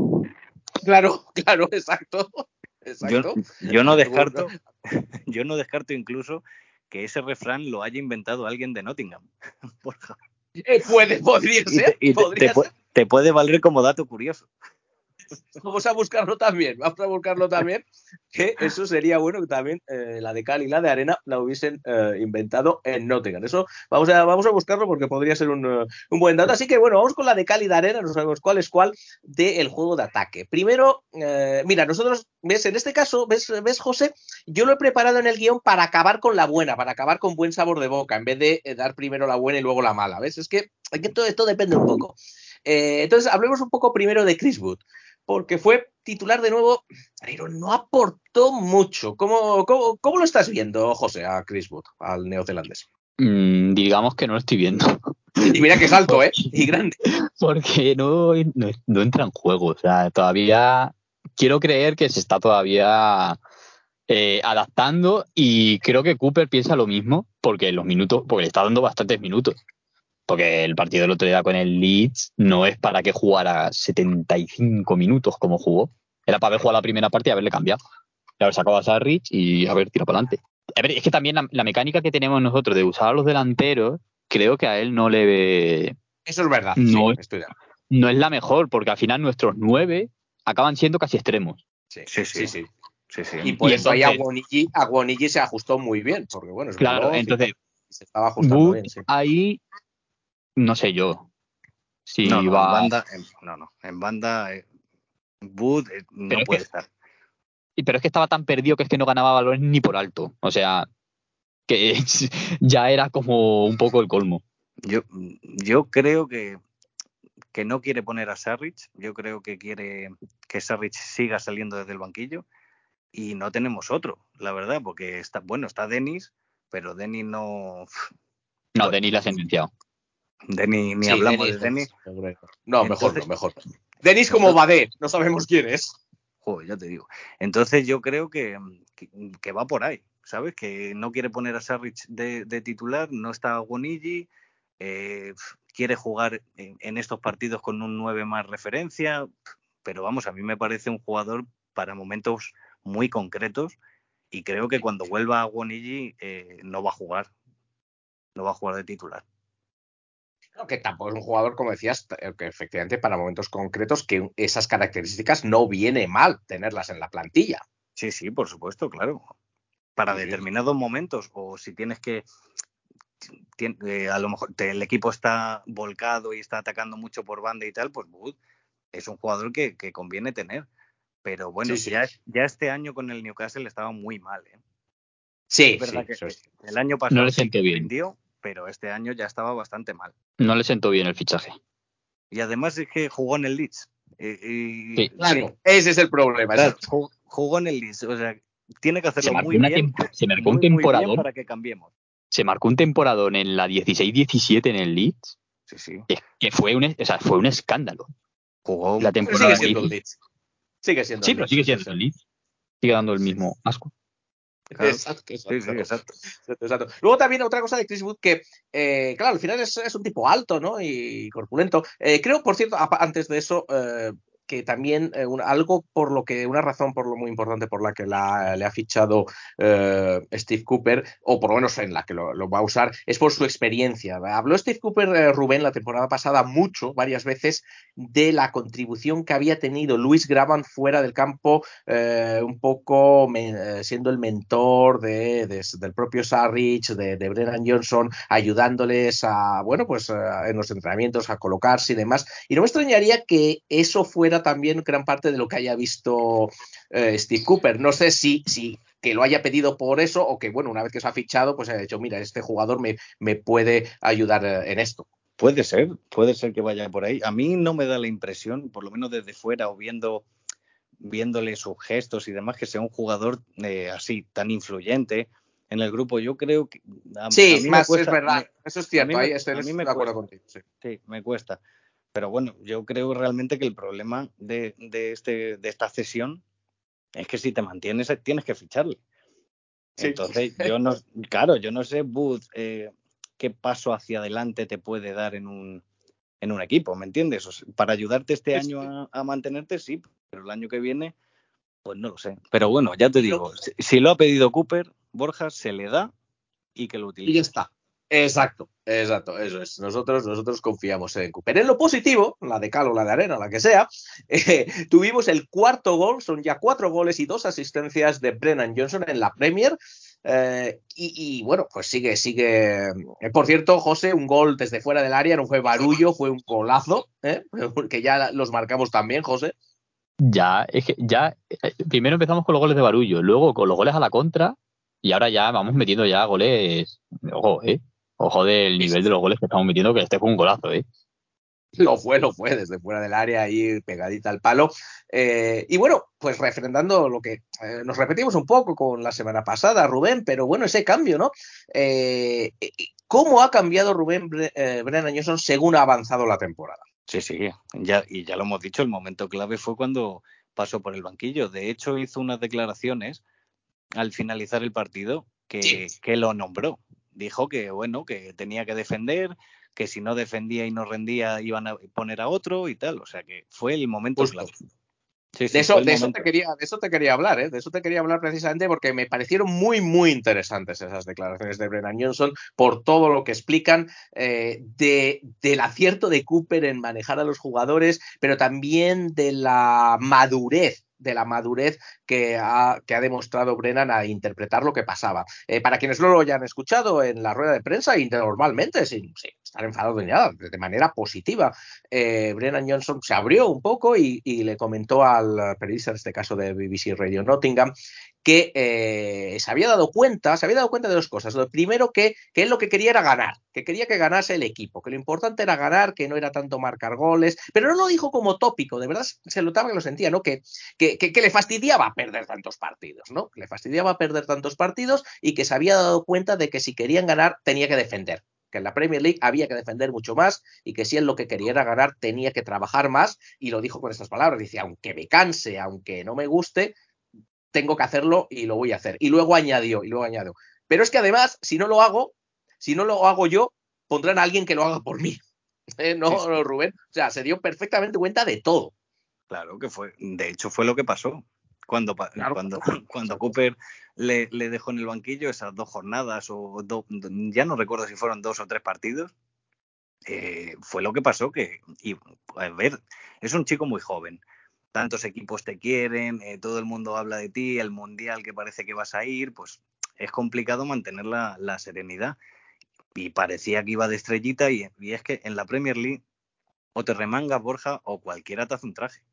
Claro, claro, exacto. Yo, Exacto. yo no Algún- descarto, yo no descarto incluso que ese refrán lo haya inventado alguien de Nottingham. Borja. Eh, puede, podría Y, ser, te, y te, te, podría ser. te puede valer como dato curioso. Vamos a buscarlo también, vamos a buscarlo también, que eso sería bueno que también eh, la de cal y la de arena la hubiesen eh, inventado en Nottingham. Eso vamos a, vamos a buscarlo porque podría ser un, uh, un buen dato. Así que bueno, vamos con la de cal y de arena, no sabemos cuál es cuál del juego de ataque. Primero, eh, mira, nosotros, ves, en este caso, ves, ves, José, yo lo he preparado en el guión para acabar con la buena, para acabar con buen sabor de boca, en vez de eh, dar primero la buena y luego la mala, ¿ves? Es que, es que todo esto depende un poco. Eh, entonces, hablemos un poco primero de Chris Wood, porque fue titular de nuevo, pero no aportó mucho. ¿Cómo, cómo, cómo lo estás viendo, José, a Chris Wood, al neozelandés? Mm, digamos que no lo estoy viendo. Y mira que es alto, ¿eh? Y grande. Porque no, no, no entra en juego. O sea, todavía quiero creer que se está todavía eh, adaptando y creo que Cooper piensa lo mismo porque los minutos, porque le está dando bastantes minutos. Porque el partido del otro día con el Leeds no es para que jugara setenta y cinco minutos como jugó. Era para haber jugado la primera parte y haberle cambiado. Y haber sacado a Sarrich y haber tirado para adelante. A ver, es que también la, la mecánica que tenemos nosotros de usar a los delanteros, creo que a él no le ve. Eso es verdad, No, sí, estoy de acuerdo. no es la mejor, porque al final nuestros nueve acaban siendo casi extremos. Sí, Sí, sí, sí. sí. Sí, sí. Y por Y eso ahí entonces, Aguonigi, Aguonigi se ajustó muy bien, porque bueno, es claro, veloz y tal. entonces, Y se estaba ajustando Wood bien, sí. ahí, no sé yo No, si no, en va. banda, en, no, no, en banda, eh, Wood eh, no Pero es, puede que, estar. pero es que estaba tan perdido que es que no ganaba balones ni por alto. O sea, que ya era como un poco el colmo. Yo, yo creo que, que no quiere poner a Sarrich. Yo creo que quiere que Sarrich siga saliendo desde el banquillo y no tenemos otro, la verdad, porque está, bueno, está Denis, pero Denis no. No, Bueno, Denis la ha sentenciado. Denis, ni Sí, hablamos de Denis. Denis. No, mejor Entonces, no, mejor no. Denis como entonces Badé, no sabemos quién es. joder, ya te digo. Entonces yo creo que, que, que va por ahí, ¿sabes? Que no quiere poner a Sarrich de, de titular, no está Aguonigi, eh, quiere jugar en, en estos partidos con un nueve más referencia, pero vamos, a mí me parece un jugador para momentos muy concretos y creo que cuando vuelva Aguonigi eh, no va a jugar, no va a jugar de titular. No, que tampoco es un jugador, como decías, que efectivamente para momentos concretos, que esas características no viene mal tenerlas en la plantilla. Sí, sí, por supuesto, claro. Para Sí, sí. determinados momentos, o si tienes que, tiene, eh, a lo mejor te, el equipo está volcado y está atacando mucho por banda y tal, pues Wood es un jugador que, que conviene tener. Pero bueno, Sí, sí. ya, ya este año con el Newcastle estaba muy mal, ¿eh? Sí, Es verdad sí, que eso es. el año No pasado le sí sentó que bien. rindió, pero este año ya estaba bastante mal. No le sentó bien el fichaje. Y además es que jugó en el Leeds. Y, y, Sí. Claro, ese es el problema. claro, Exacto. jugó, jugó en el Leeds. O sea, tiene que hacerlo Se marcó, muy una bien, tempo- se marcó un muy, muy bien temporadón. para que cambiemos. Se marcó un temporadón en la dieciséis diecisiete en el Leeds. Sí, sí. Que, que fue, un, o sea, fue un escándalo. Jugó La Pero temporada sigue siendo que el hizo. Leeds. Sigue siendo Sí, el pero Leeds. sigue Sí, siendo sí. el Leeds. Sigue dando el Sí. mismo asco. Claro. Exacto, Sí, exacto. sí, exacto. Exacto, exacto. Luego también otra cosa de Chris Wood que, eh, claro, al final es, es un tipo alto, ¿no? Y corpulento. Eh, creo, por cierto, apa- antes de eso, eh, que también eh, un- algo por lo que, una razón por lo muy importante por la que la, le ha fichado eh, Steve Cooper, o por lo menos en la que lo, lo va a usar, es por su experiencia. Habló Steve Cooper, eh, Rubén, la temporada pasada mucho, varias veces, de la contribución que había tenido Luis Grabban fuera del campo, eh, un poco me, eh, siendo el mentor de, de, del propio Sarrich, de, de Brennan Johnson, ayudándoles a, bueno, pues eh, en los entrenamientos a colocarse y demás. Y no me extrañaría que eso fuera también gran parte de lo que haya visto eh, Steve Cooper. No sé si, si que lo haya pedido por eso o que, bueno, una vez que se ha fichado, pues ha dicho, mira, este jugador me, me puede ayudar en esto. Puede ser, puede ser que vaya por ahí. A mí no me da la impresión, por lo menos desde fuera o viendo, viéndole sus gestos y demás, que sea un jugador eh, así tan influyente en el grupo. Yo creo que a, Sí, a mí me más cuesta, es verdad, me, eso es a cierto, mí me, ahí estoy, a mí estoy me de acuerdo cuesta. contigo. Sí. Sí, me cuesta. Pero bueno, yo creo realmente que el problema de, de, este, de esta cesión es que si te mantienes tienes que ficharle. Sí. Entonces, yo no, claro, yo no sé, Booth, eh, qué paso hacia adelante te puede dar en un, en un equipo, ¿me entiendes? O sea, para ayudarte este año a, a mantenerte, sí, pero el año que viene, pues no lo sé. Pero bueno, ya te digo, si, si lo ha pedido Cooper, Borja, se le da y que lo utilice. Y ya está. Exacto, exacto, eso es. Nosotros, nosotros confiamos en Cooper. En lo positivo, la de cal o la de arena, la que sea, eh, tuvimos el cuarto gol, son ya cuatro goles y dos asistencias de Brennan Johnson en la Premier. Eh, y, y bueno, pues sigue, sigue. Eh, por cierto, José, un gol desde fuera del área, no fue barullo, fue un golazo, ¿eh? Porque ya los marcamos también, José. Ya, es que ya, eh, primero empezamos con los goles de Barullo, luego con los goles a la contra, y ahora ya vamos metiendo ya goles. Ojo, eh. Ojo del nivel de los goles que estamos metiendo, que este fue un golazo, eh. Lo fue, lo fue, desde fuera del área, ahí pegadita al palo. Eh, y bueno, pues refrendando lo que eh, nos repetimos un poco con la semana pasada, Rubén, pero bueno, ese cambio, ¿no? Eh, ¿Cómo ha cambiado Rubén Bre eh, Brennan Johnson según ha avanzado la temporada? Sí, sí, ya, y ya lo hemos dicho, el momento clave fue cuando pasó por el banquillo. De hecho, hizo unas declaraciones al finalizar el partido que, Sí. que lo nombró. Dijo que, bueno, que tenía que defender, que si no defendía y no rendía iban a poner a otro y tal. O sea que fue el momento Justo. clave. Sí, De sí, eso, fue el de, eso momento. te quería, de eso te quería hablar, ¿eh? De eso te quería hablar precisamente porque me parecieron muy, muy interesantes esas declaraciones de Brennan Johnson por todo lo que explican eh, de, del acierto de Cooper en manejar a los jugadores, pero también de la madurez de la madurez que ha, que ha demostrado Brennan a interpretar lo que pasaba. Eh, para quienes no lo hayan escuchado en la rueda de prensa, y normalmente, sin, sin estar enfadado ni nada, de manera positiva, eh, Brennan Johnson se abrió un poco y, y le comentó al periodista, en este caso de B B C Radio Nottingham, que eh, se había dado cuenta, se había dado cuenta de dos cosas. Lo primero, que, que él lo que quería era ganar, que quería que ganase el equipo, que lo importante era ganar, que no era tanto marcar goles, pero no lo dijo como tópico, de verdad se notaba que lo sentía, ¿no? Que, que, que, que le fastidiaba perder tantos partidos, ¿no? Que le fastidiaba perder tantos partidos y que se había dado cuenta de que si querían ganar tenía que defender, que en la Premier League había que defender mucho más y que si él lo que quería era ganar tenía que trabajar más, y lo dijo con estas palabras, dice, aunque me canse, aunque no me guste, tengo que hacerlo y lo voy a hacer. Y luego añadió, y luego añadió, pero es que además, si no lo hago, si no lo hago yo, pondrán a alguien que lo haga por mí. ¿Eh? ¿No, Sí, sí. Rubén? O sea, se dio perfectamente cuenta de todo. Claro que fue, de hecho fue lo que pasó. Cuando, Claro, cuando, claro. cuando Exacto. Cooper le, le dejó en el banquillo esas dos jornadas, o do, ya no recuerdo si fueron dos o tres partidos, eh, fue lo que pasó. Que, y a ver, es un chico muy joven. Tantos equipos te quieren, eh, todo el mundo habla de ti, el mundial que parece que vas a ir, pues es complicado mantener la, la serenidad. Y parecía que iba de estrellita, y, y es que en la Premier League o te remangas, Borja, o cualquiera te hace un traje.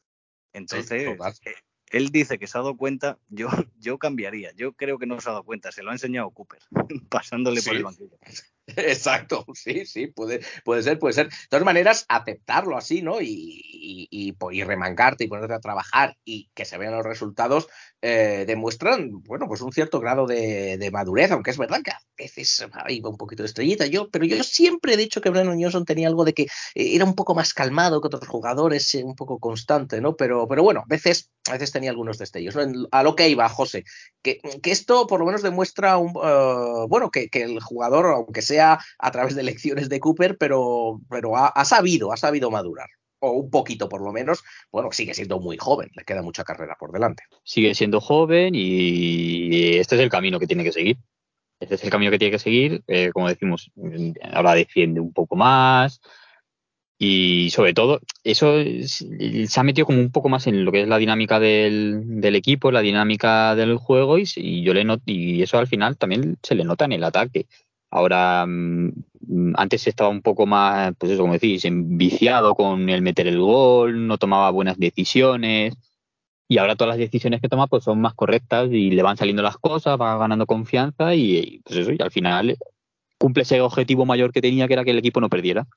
Sí, total. Entonces, eh, él dice que se ha dado cuenta, yo, yo cambiaría. Yo creo que no se ha dado cuenta, se lo ha enseñado Cooper, pasándole por el Sí. banquillo. Exacto, sí, sí, puede, puede ser, puede ser. De todas maneras, aceptarlo así, ¿no? Y, y, y, y remangarte y ponerte a trabajar y que se vean los resultados eh, demuestran, bueno, pues un cierto grado de, de madurez, aunque es verdad que a veces ahí va un poquito de estrellita. Yo, pero yo siempre he dicho que Brennan Johnson tenía algo de que era un poco más calmado que otros jugadores, un poco constante, ¿no? Pero, pero bueno, a veces, a veces tenía algunos destellos, ¿no? A lo que iba, José, que, que esto por lo menos demuestra, un, uh, bueno, que, que el jugador, aunque sea a través de lecciones de Cooper, pero, pero ha, ha sabido, ha sabido madurar. O un poquito por lo menos, bueno, sigue siendo muy joven, le queda mucha carrera por delante. Sigue siendo joven y este es el camino que tiene que seguir. Este es el camino que tiene que seguir. Eh, como decimos, ahora defiende un poco más y sobre todo eso es, se ha metido como un poco más en lo que es la dinámica del, del equipo, la dinámica del juego y, y yo le not, y eso al final también se le nota en el ataque. Ahora, mmm, antes estaba un poco más, pues eso, como decís, enviciado con el meter el gol, no tomaba buenas decisiones. Y ahora todas las decisiones que toma pues son más correctas y le van saliendo las cosas, va ganando confianza y, y pues eso, y al final cumple ese objetivo mayor que tenía, que era que el equipo no perdiera.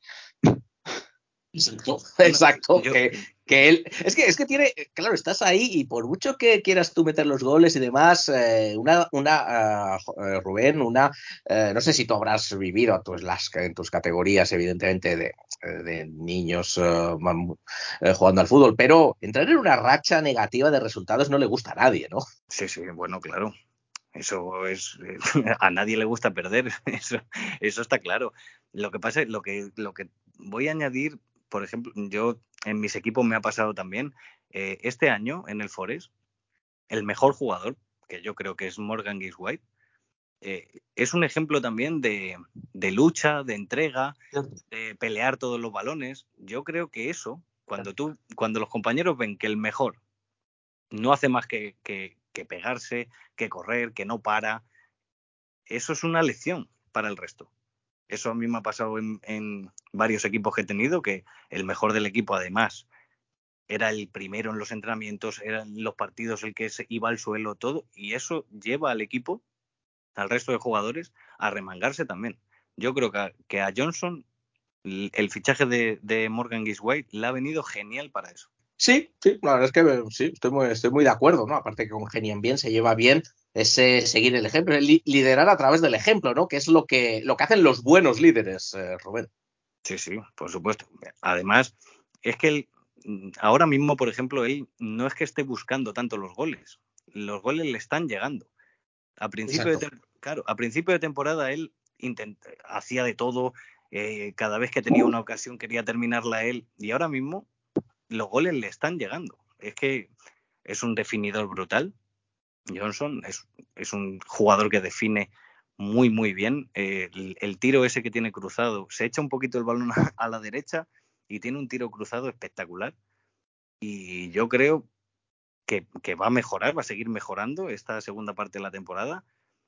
Exacto, exacto. Yo, que, que él. Es que, es que tiene. Claro, estás ahí y por mucho que quieras tú meter los goles y demás, eh, una, una uh, Rubén, una. Uh, no sé si tú habrás vivido tus, las, en tus categorías, evidentemente, de, de niños uh, uh, jugando al fútbol, pero entrar en una racha negativa de resultados no le gusta a nadie, ¿no? Sí, sí, bueno, claro. Eso es, a nadie le gusta perder, eso, eso está claro. Lo que pasa, lo que, lo que voy a añadir, por ejemplo, yo en mis equipos me ha pasado también, eh, este año en el Forest, el mejor jugador, que yo creo que es Morgan Gibbs-White, eh, es un ejemplo también de, de lucha, de entrega, de pelear todos los balones. Yo creo que eso, cuando tú, cuando los compañeros ven que el mejor no hace más que, que, que pegarse, que correr, que no para, eso es una lección para el resto. Eso a mí me ha pasado en, en varios equipos que he tenido, que el mejor del equipo además era el primero en los entrenamientos, eran los partidos el que se iba al suelo, todo, y eso lleva al equipo, al resto de jugadores, a remangarse también. Yo creo que a, que a Johnson el fichaje de, de Morgan Gibbs-White le ha venido genial para eso. Sí, sí, la verdad es que sí, estoy muy, estoy muy de acuerdo, ¿no? Aparte que congenian bien, se lleva bien ese seguir el ejemplo, el li liderar a través del ejemplo, ¿no? Que es lo que, lo que hacen los buenos líderes, eh, Rubén. Sí, sí, por supuesto. Además, es que él, ahora mismo, por ejemplo, él no es que esté buscando tanto los goles. Los goles le están llegando. A principio, de, claro, a principio de temporada él intent, hacía de todo, eh, cada vez que tenía una ocasión quería terminarla él, y ahora mismo los goles le están llegando. Es que es un definidor brutal. Johnson es, es un jugador que define muy, muy bien. Eh, el, el tiro ese que tiene cruzado, se echa un poquito el balón a, a la derecha y tiene un tiro cruzado espectacular. Y yo creo que, que va a mejorar, va a seguir mejorando esta segunda parte de la temporada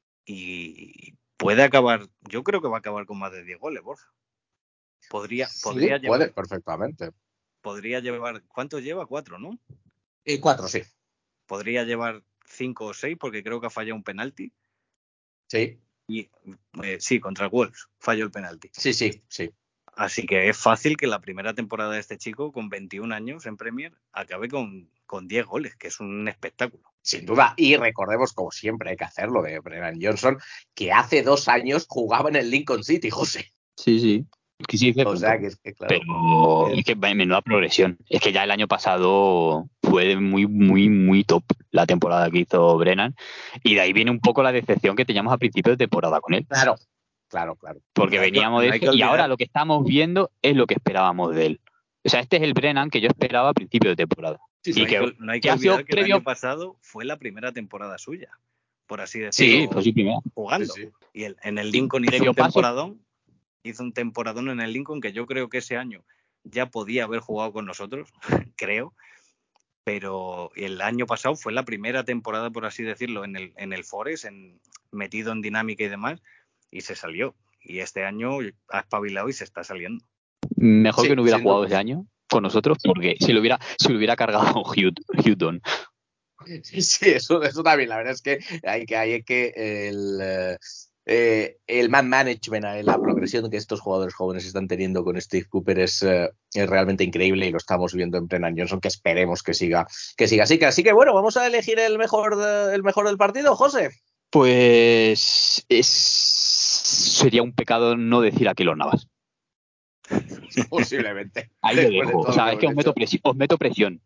y puede acabar, yo creo que va a acabar con más de diez goles, Borja. Podría, Sí, podría puede, llevar, perfectamente. podría llevar, ¿cuántos lleva? Cuatro, ¿no? Y cuatro, sí. Podría llevar cinco o seis porque creo que ha fallado un penalti. Sí. Y eh, sí, contra Wolves falló el penalti. Sí, sí, sí. Así que es fácil que la primera temporada de este chico, con veintiún años en Premier, acabe con, con diez goles, que es un espectáculo. Sin duda, y recordemos, como siempre hay que hacerlo, de Brennan Johnson, que hace dos años jugaba en el Lincoln City, José. Sí, sí. Que sí, que o sea, que es que, claro. Pero es que menuda progresión. Es que ya el año pasado fue muy, muy, muy top la temporada que hizo Brennan. Y de ahí viene un poco la decepción que teníamos a principio de temporada con él. Claro, claro, claro. Porque No hay que- veníamos no de hay eso que y olvidar- ahora lo que estamos viendo es lo que esperábamos de él. O sea, este es el Brennan que yo esperaba a principio de temporada. Sí, No Y hay que, que, no hay que que ha sido olvidar que el previo. año pasado fue la primera temporada suya, por así Sí, decirlo, pues sí, primera. jugando. Sí, sí. Y el, en el Y Lincoln hizo previo un paso. temporadón, hizo un temporadón en el Lincoln que yo creo que ese año ya podía haber jugado con nosotros, creo. Pero el año pasado fue la primera temporada, por así decirlo, en el, en el Forest, en, metido en dinámica y demás, y se salió. Y este año ha espabilado y se está saliendo. Mejor Sí, que no hubiera sin jugado duda. ese año con nosotros, porque si lo hubiera, si lo hubiera cargado Houghton. Sí, sí, eso, eso también. La verdad es que hay que, hay que el, eh, el man management, eh, la progresión que estos jugadores jóvenes están teniendo con Steve Cooper es, eh, es realmente increíble y lo estamos viendo en Brennan Johnson, que esperemos que siga, que siga así. Que, así que bueno, vamos a elegir el mejor, de, el mejor del partido, José. Pues es... sería un pecado no decir a Keylor Navas. Posiblemente. Ahí lo dejo. O sea, es que os meto, presión, os meto presión.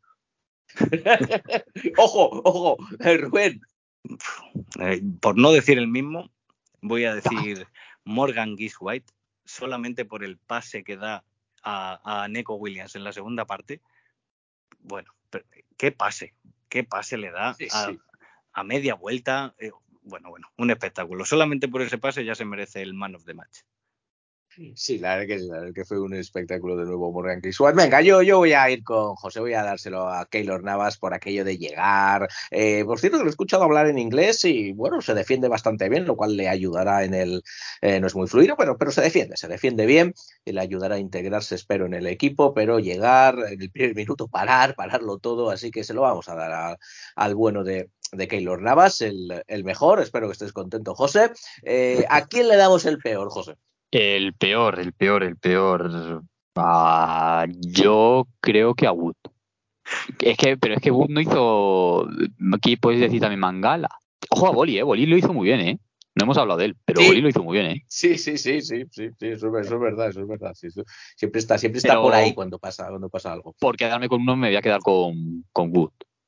Ojo, ojo, Rubén. Eh, por no decir el mismo, voy a decir Morgan Giswhite, solamente por el pase que da a, a Neco Williams en la segunda parte. Bueno, qué pase, qué pase le da Sí, a, sí. a media vuelta. Eh, bueno, bueno, un espectáculo. Solamente por ese pase ya se merece el man of the match. Sí, la verdad que, la verdad que fue un espectáculo de nuevo Morgan Giswhite. Venga, yo, yo voy a ir con José, voy a dárselo a Keylor Navas por aquello de llegar. Eh, por cierto, que lo he escuchado hablar en inglés y, bueno, se defiende bastante bien, lo cual le ayudará en el... Eh, no es muy fluido, pero, pero se defiende, se defiende bien y le ayudará a integrarse, espero, en el equipo, pero llegar en el primer minuto, parar, pararlo todo, así que se lo vamos a dar a, al bueno de, de Keylor Navas, el, el mejor. Espero que estés contento, José. Eh, ¿A quién le damos el peor, José? El peor, el peor, el peor. Ah, yo creo que a Wood. Es que, pero es que Wood no hizo. Aquí puedes decir también Mangala. Ojo a Boli, eh. Boli lo hizo muy bien, eh. No hemos hablado de él, pero Sí. Boli lo hizo muy bien, eh. Sí, sí, sí, sí, sí, sí, eso, eso es verdad, eso es verdad. Sí, eso, siempre está, siempre está Pero por ahí cuando pasa, cuando pasa algo. por quedarme con uno me voy a quedar con, con Wood.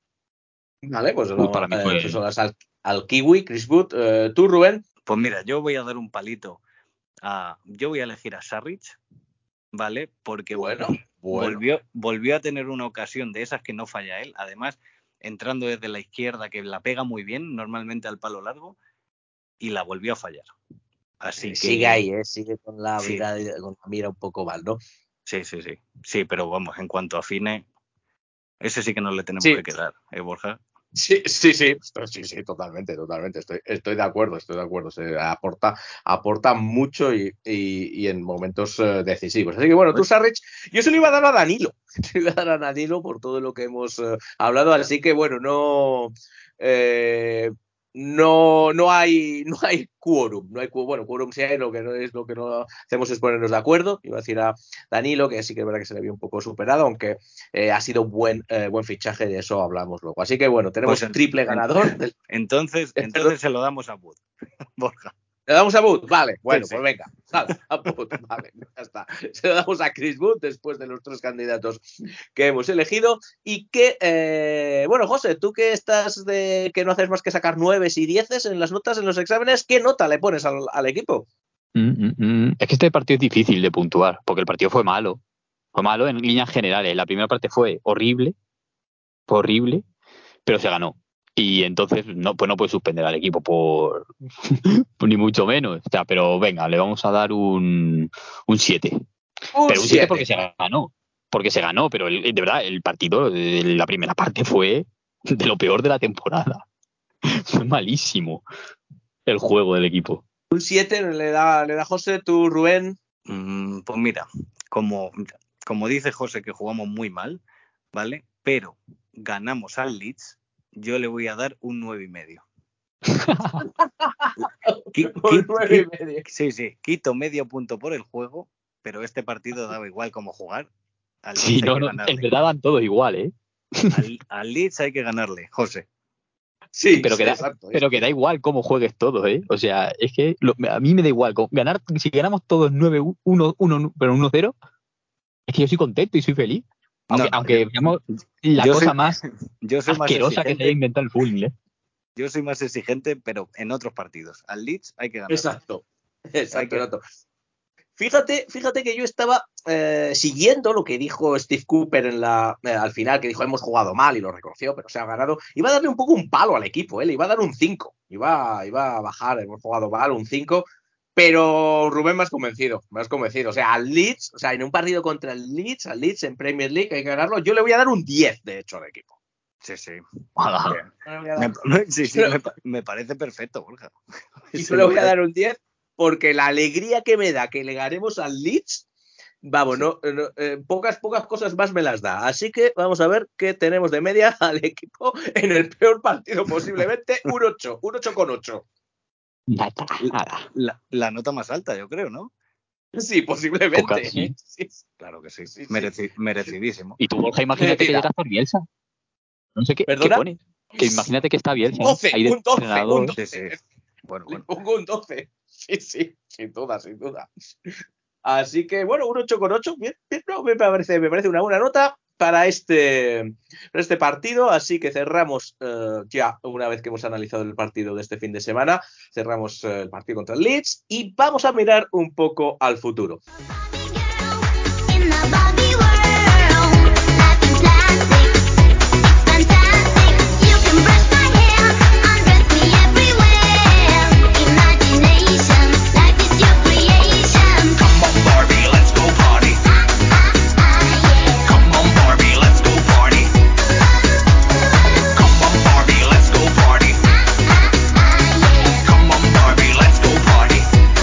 Vale, pues Wood vamos para mí eh, fue. pues al, al Kiwi, Chris Wood. Eh, ¿Tú, Rubén? Pues mira, yo voy a dar un palito a. Yo voy a elegir a Sarrich, ¿vale? Porque Bueno, bueno. volvió, volvió a tener una ocasión de esas que no falla él. Además, entrando desde la izquierda, que la pega muy bien, normalmente al palo largo, y la volvió a fallar. Así que. Sigue ahí, ¿eh? Sigue con la, Sí. mira, con la mira un poco mal, ¿no? Sí, sí, sí. Sí, pero vamos, en cuanto a Fine, ese sí que no le tenemos Sí. que quedar, ¿eh, Borja? Sí, sí, sí, sí, sí, totalmente, totalmente. Estoy, estoy de acuerdo, estoy de acuerdo. Se aporta, aporta mucho y, y, y en momentos uh, decisivos. Así que bueno, tú, Sarrich, yo se lo iba a dar a Danilo. Se lo iba a dar a Danilo por todo lo que hemos uh, hablado. Así que bueno, no. Eh, no, no hay, no hay quórum, no hay bueno, quórum sí hay, lo que no es lo que no hacemos es ponernos de acuerdo. Iba a decir a Danilo, que sí que es verdad que se le vio un poco superado, aunque eh, ha sido buen, eh, buen fichaje, de eso hablamos luego. Así que bueno, tenemos Pues en- triple en- ganador. Del, entonces, entonces se lo damos a Wood, Borja. ¿Le damos a Wood? Vale, bueno, Sí, sí. pues venga, sal, a Wood, vale, ya está. Se lo damos a Chris Wood después de los tres candidatos que hemos elegido. Y que, eh, bueno, José, tú que estás de que no haces más que sacar nueves y dieces en las notas, en los exámenes, ¿qué nota le pones al, al equipo? Mm, mm, mm. Es que este partido es difícil de puntuar, porque el partido fue malo. Fue malo en líneas generales. La primera parte fue horrible, fue horrible, pero se ganó. Y entonces no, pues no puedes suspender al equipo por ni mucho menos. O sea, pero venga, le vamos a dar un un siete. Un Pero un siete porque siete. se ganó. Porque se ganó, pero el, de verdad, el partido, la primera parte fue de lo peor de la temporada. Fue malísimo el juego del equipo. Un siete le da, le da José, tú, Rubén. Mm, pues mira, como, como dice José que jugamos muy mal, ¿vale? Pero ganamos al Leeds, yo le voy a dar un nueve y medio. Qui- Un qui- nueve y qui- medio. Sí, sí, quito medio punto por el juego, pero este partido daba igual cómo jugar. Al Sí, Leeds hay no, que no, en ganarle. verdad van todos igual, ¿eh? Al, al Leeds hay que ganarle, José. Sí, pero sí, que da, exacto. pero que da igual cómo juegues todo, ¿eh? O sea, es que lo, a mí me da igual. Ganar, si ganamos todos nueve uno, uno, pero uno cero, es que yo soy contento y soy feliz. Aunque, No, no, aunque yo, veamos la yo cosa soy, más yo soy más asquerosa que se haya exigente. inventado el fútbol, ¿eh? Yo soy más exigente, pero en otros partidos. Al Leeds hay que ganarle. Exacto, Hay exacto, que, exacto. Fíjate, fíjate que yo estaba eh, siguiendo lo que dijo Steve Cooper en la, eh, al final, que dijo hemos jugado mal y lo reconoció, pero se ha ganado. Iba a darle un poco un palo al equipo, ¿eh? Le iba a dar un cinco. Iba, iba a bajar, hemos jugado mal, un cinco. Pero Rubén me has convencido, me has convencido. O sea, al Leeds, o sea, en un partido contra el Leeds, al Leeds en Premier League, hay que ganarlo. Yo le voy a dar un diez, de hecho, al equipo. Sí, sí. Ojalá. Me, sí, sí, me, me parece perfecto, Borja. Y Sí, yo le me voy a parece... dar un diez porque la alegría que me da que le ganemos al Leeds, vamos, sí. no, no eh, pocas, pocas cosas más me las da. Así que vamos a ver qué tenemos de media al equipo en el peor partido posiblemente, un ocho, un ocho con ocho. Nada, nada. La, la nota más alta, yo creo, ¿no? Sí, posiblemente. Pocas, sí. ¿eh? Sí, sí, Claro que sí. sí, sí. Mereci- merecidísimo. Y tú, Borja, imagínate que Mira, llega a estar Bielsa. No sé qué, qué ¿perdona? pone. Que imagínate que está Bielsa, ¿eh? doce, Ahí de un doce, un entrenador. Sí, doce. sí. Bueno, Le bueno. pongo un doce. Sí, sí, sin duda, sin duda. Así que, bueno, un ocho con ocho, bien, bien, no, me parece, me parece una buena nota para este, para este partido. Así que cerramos eh, ya, una vez que hemos analizado el partido de este fin de semana, cerramos eh, el partido contra el Leeds y vamos a mirar un poco al futuro. In the Barbie world, life in plastic, it's fantastic. You can brush my hair, undress me everywhere. Imagination, life is your creation. Come on, Barbie, let's go party. Ah, ah, yeah. Come on, Barbie, let's go party. Come on, Barbie, let's go party. Ah, yeah. Come on, Barbie, let's go party.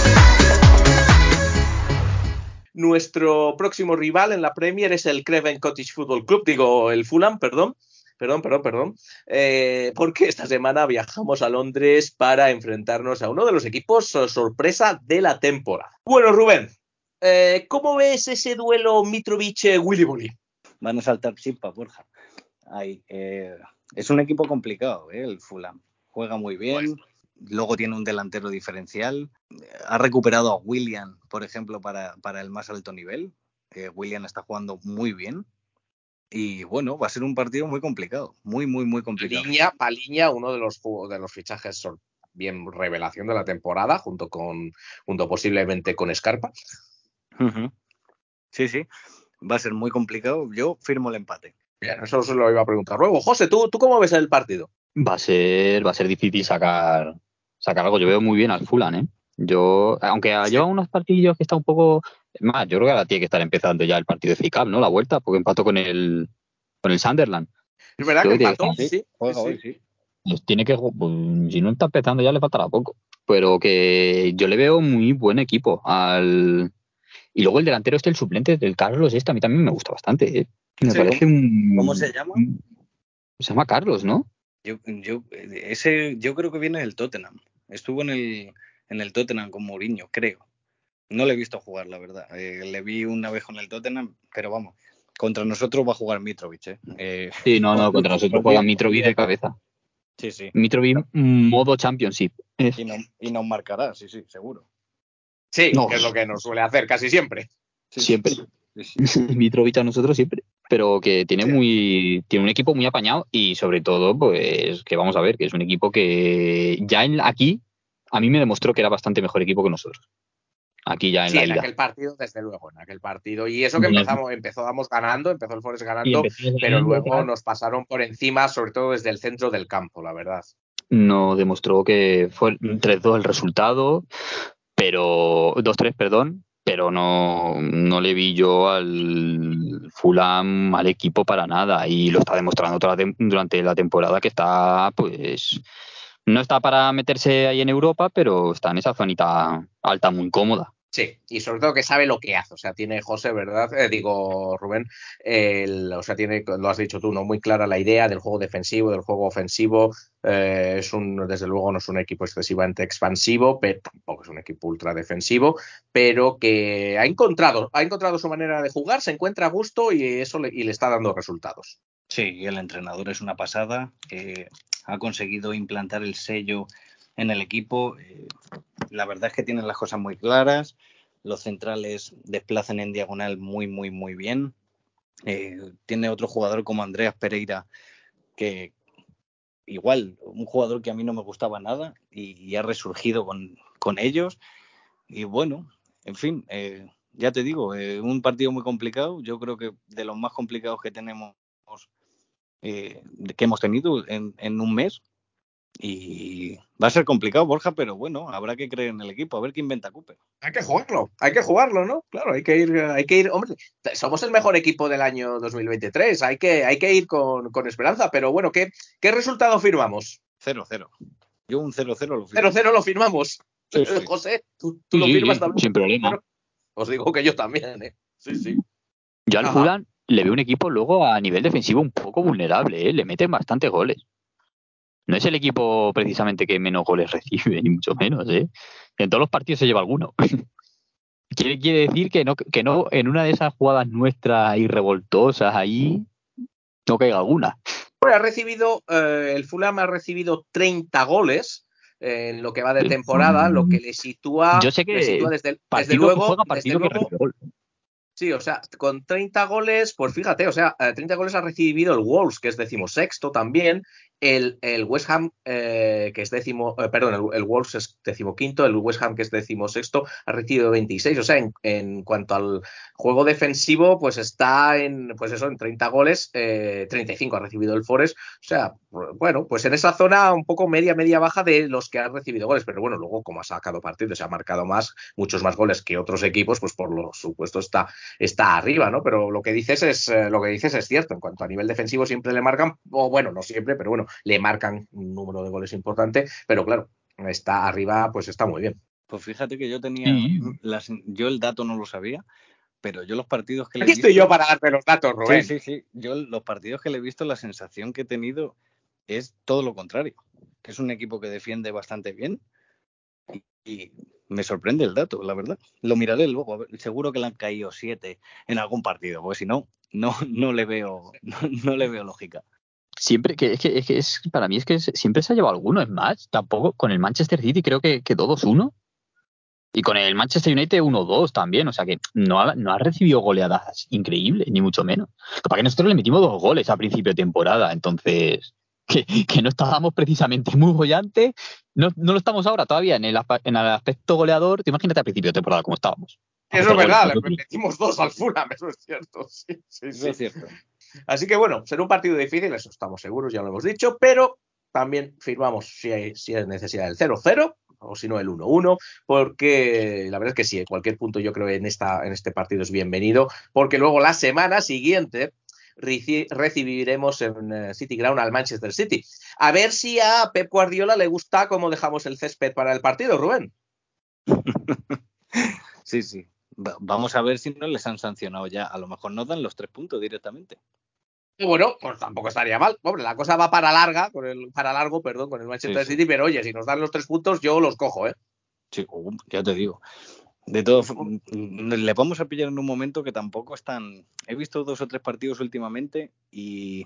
Nuestro próximo rival en la Premier es el Craven Cottage Football Club, digo, el Fulham, perdón. Perdón, perdón, perdón. Eh, porque esta semana viajamos a Londres para enfrentarnos a uno de los equipos oh, sorpresa de la temporada. Bueno, Rubén, eh, ¿cómo ves ese duelo Mitrovic-Willy Bully? Van a saltar chispas, Borja. Ahí, eh, es un equipo complicado, ¿eh? El Fulham. Juega muy bien, luego tiene un delantero diferencial. Ha recuperado a Willian, por ejemplo, para, para el más alto nivel. Eh, Willian está jugando muy bien. Y bueno, va a ser un partido muy complicado. Muy, muy, muy complicado. Paliña, Paliña, uno de los, de los fichajes sor- bien revelación de la temporada, junto con junto posiblemente con Scarpa. Uh-huh. Sí, sí. Va a ser muy complicado. Yo firmo el empate. Bien, eso se lo iba a preguntar luego. José, ¿tú, ¿tú cómo ves el partido? Va a ser, va a ser difícil sacar, sacar algo. Yo veo muy bien al Fulham, ¿eh? Yo, aunque Sí. lleva unos partidos que está un poco. Es más, yo creo que ahora tiene que estar empezando ya el partido eficaz, ¿no? La vuelta, porque empató con el, con el Sunderland. Es verdad Creo que que tiene empató, que sí, estar- sí, Juega sí, hoy, sí. sí. pues tiene que, ju- pues, si no está empezando ya le faltará poco. Pero que yo le veo muy buen equipo al. Y luego el delantero este, el suplente del Carlos, este a mí también me gusta bastante, ¿eh? Me Sí. parece un. ¿Cómo se llama? un- Se llama Carlos, ¿no? Yo, yo, ese, yo creo que viene del Tottenham. Estuvo en el, en el Tottenham con Mourinho, creo. No le he visto jugar, la verdad. Eh, le vi una vez con el Tottenham, pero vamos, contra nosotros va a jugar Mitrovic, ¿eh? eh Sí, no, no, contra nosotros juega Mitrovic de cabeza. Sí, sí. Mitrovic modo Championship. Es- Y, no, y nos marcará, sí, sí, seguro. Sí, No. que es lo que nos suele hacer casi siempre. Sí, Siempre. sí, sí. Mitrovic a nosotros siempre. Pero que tiene Sí. muy tiene un equipo muy apañado y sobre todo, pues, que vamos a ver, que es un equipo que ya en, aquí a mí me demostró que era bastante mejor equipo que nosotros. Aquí ya en Sí, la en ida. aquel partido, desde luego, en aquel partido. Y eso que empezamos, empezamos ganando, empezó el Forest Y ganando, empezamos pero ganando, luego tal. nos pasaron por encima, sobre todo desde el centro del campo, la verdad. Nos demostró que fue tres dos el resultado, pero dos tres, perdón, pero no, no le vi yo al Fulham, al equipo para nada, y lo está demostrando toda la tem- durante la temporada que está, pues, no está para meterse ahí en Europa, pero está en esa zonita alta muy cómoda. Sí, y sobre todo que sabe lo que hace. O sea, tiene José, ¿verdad? Eh, digo, Rubén, el, o sea, tiene, lo has dicho tú, ¿no? Muy clara la idea del juego defensivo, del juego ofensivo. Eh, es un, desde luego, no es un equipo excesivamente expansivo, pero tampoco es un equipo ultra defensivo, pero que ha encontrado, ha encontrado su manera de jugar, se encuentra a gusto y eso le, y le está dando resultados. Sí, el entrenador es una pasada. Eh, ha conseguido implantar el sello en el equipo. Eh, la verdad es que tienen las cosas muy claras. Los centrales desplazan en diagonal muy, muy, muy bien. Eh, tiene otro jugador como Andreas Pereira, que igual, un jugador que a mí no me gustaba nada y, y ha resurgido con, con ellos. Y bueno, en fin, eh, ya te digo, eh, un partido muy complicado. Yo creo que de los más complicados que tenemos, eh, que hemos tenido en, en un mes. Y va a ser complicado, Borja, pero bueno, habrá que creer en el equipo, a ver qué inventa Cooper. Hay que jugarlo, hay que jugarlo, ¿no? Claro, hay que ir, hay que ir, hombre, somos el mejor equipo del año dos mil veintitrés, hay que, hay que ir con, con esperanza, pero bueno, ¿qué, qué resultado firmamos? cero cero. Yo un cero cero lo firmo. cero cero lo firmamos. Sí, sí. José, ¿tú, tú Sí, lo sí, firmas sí, también? sin problema. Bueno, os digo que yo también, ¿eh? Sí, sí. Yo al Ajá. Fulham le veo un equipo luego a nivel defensivo un poco vulnerable, ¿eh? Le meten bastantes goles. No es el equipo precisamente que menos goles recibe, ni mucho menos, ¿eh? En todos los partidos se lleva alguno. Quiere, quiere decir que no, que no en una de esas jugadas nuestras y revoltosas ahí no caiga alguna. Bueno, ha recibido, eh, el Fulham ha recibido treinta goles eh, en lo que va de temporada, lo que le sitúa, Yo sé le que sitúa desde, desde partido que luego, juega, desde partido que luego, recibe gol. sí, o sea, con treinta goles, pues fíjate, o sea, eh, treinta goles ha recibido el Wolves, que es decimosexto también, el, el West Ham, eh, que es décimo, eh, perdón, el, el Wolves es decimoquinto, el West Ham, que es decimosexto, ha recibido veintiséis, o sea, en, en cuanto al juego defensivo, pues está en, pues eso, en treinta goles, eh, treinta y cinco ha recibido el Forest, o sea, bueno, pues en esa zona un poco media, media baja de los que han recibido goles, pero bueno, luego como ha sacado partidos, se ha marcado más, muchos más goles que otros equipos, pues por lo supuesto está está arriba, ¿no? Pero lo que dices es eh, lo que dices es cierto. En cuanto a nivel defensivo siempre le marcan, o bueno, no siempre, pero bueno, le marcan un número de goles importante, pero claro, está arriba, pues está muy bien. Pues fíjate que yo tenía, Sí. las, yo el dato no lo sabía, pero yo los partidos que le he Aquí visto... estoy yo para darte los datos, Rubén. Sí, sí, sí. Yo los partidos que le he visto, la sensación que he tenido es todo lo contrario. Es un equipo que defiende bastante bien y me sorprende el dato, la verdad. Lo miraré luego. A ver, seguro que le han caído siete en algún partido, porque si no, no, no le veo, no, no le veo lógica. Siempre, que es que, es que es, para mí es que es- siempre se ha llevado alguno, es más, tampoco, con el Manchester City creo que quedó dos uno y con el Manchester United uno dos también, o sea que no ha, no ha recibido goleadas increíbles, ni mucho menos. Lo que pasa es que nosotros le metimos dos goles a principio de temporada, entonces que, que no estábamos precisamente muy bollantes, no, no lo estamos ahora todavía en el, aspa- en el aspecto goleador, te imagínate a principio de temporada como estábamos. A Eso es meter goles verdad, le nosotros. metimos dos al Fulham, eso es cierto. Sí, sí, Eso sí. es cierto. Así que bueno, será un partido difícil, eso estamos seguros, ya lo hemos dicho, pero también firmamos si hay, si hay necesidad del cero cero o si no el uno uno, porque la verdad es que sí, cualquier punto yo creo en, esta, en este partido es bienvenido, porque luego la semana siguiente reci- recibiremos en eh, City Ground al Manchester City. A ver si a Pep Guardiola le gusta cómo dejamos el césped para el partido, Rubén. Sí, sí. Va- vamos a ver si no les han sancionado ya. A lo mejor nos dan los tres puntos directamente. Y bueno, pues tampoco estaría mal. Hombre, la cosa va para larga, con el, para largo, perdón, con el Manchester Sí, sí. City, pero oye, si nos dan los tres puntos, yo los cojo, ¿eh? Sí, uh, ya te digo. De todo, le vamos a pillar en un momento que tampoco es tan... He visto dos o tres partidos últimamente y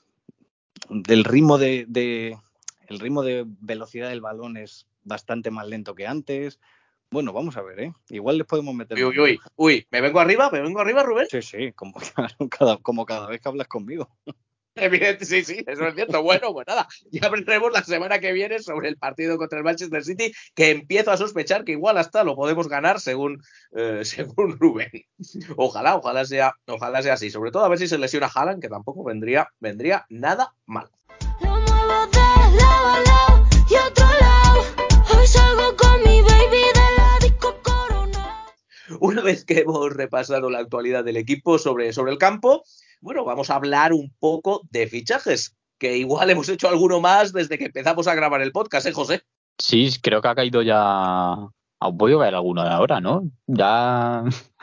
del ritmo de, de el ritmo de velocidad del balón es bastante más lento que antes. Bueno, vamos a ver, ¿eh? Igual les podemos meter Uy, más uy, uy, bronca. uy, ¿me vengo arriba? ¿Me vengo arriba, Rubén? Sí, sí, como cada, como cada vez que hablas conmigo. Evidente, sí, sí, eso es cierto. Bueno, pues nada, ya hablaremos la semana que viene sobre el partido contra el Manchester City, que empiezo a sospechar que igual hasta lo podemos ganar según, eh, según Rubén. Ojalá, ojalá sea, ojalá sea así. Sobre todo a ver si se lesiona Haaland, que tampoco vendría, vendría nada mal. Lo muevo de lado a lado y otro lado. Hoy salgo con mi baby de la disco Corona. Una vez que hemos repasado la actualidad del equipo sobre, sobre el campo, bueno, vamos a hablar un poco de fichajes, que igual hemos hecho alguno más desde que empezamos a grabar el podcast, ¿eh, José? Sí, creo que ha caído ya. Aún podido caer alguno ahora, ¿no? Ya.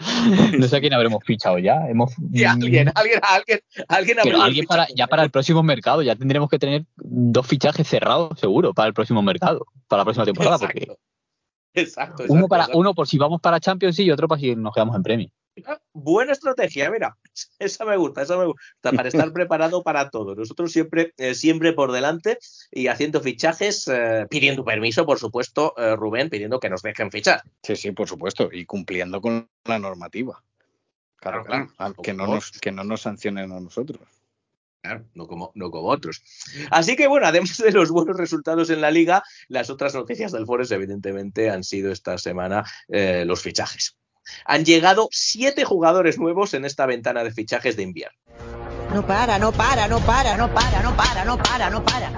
No sé a quién habremos fichado ya. Hemos. Y alguien, alguien, alguien, alguien Pero habremos alguien para, fichado. ya para el próximo mercado, ya tendremos que tener dos fichajes cerrados, seguro, para el próximo mercado, para la próxima temporada, porque Exacto, exacto, uno exacto, para exacto. uno por si vamos para Champions y otro para si nos quedamos en Premier. Buena estrategia, mira, esa me gusta, esa me gusta, para estar preparado para todo. Nosotros siempre, eh, siempre por delante y haciendo fichajes, eh, pidiendo permiso, por supuesto, eh, Rubén, pidiendo que nos dejen fichar. Sí, sí, por supuesto. Y cumpliendo con la normativa. Claro, Claro, claro. claro, Que no como nos, que no nos sancionen a nosotros. Claro, no como, no como otros. Así que bueno, además de los buenos resultados en la liga, las otras noticias del Forest evidentemente han sido esta semana eh, los fichajes. Han llegado siete jugadores nuevos en esta ventana de fichajes de invierno. No para, no para, no para, no para, no para, no para, no para.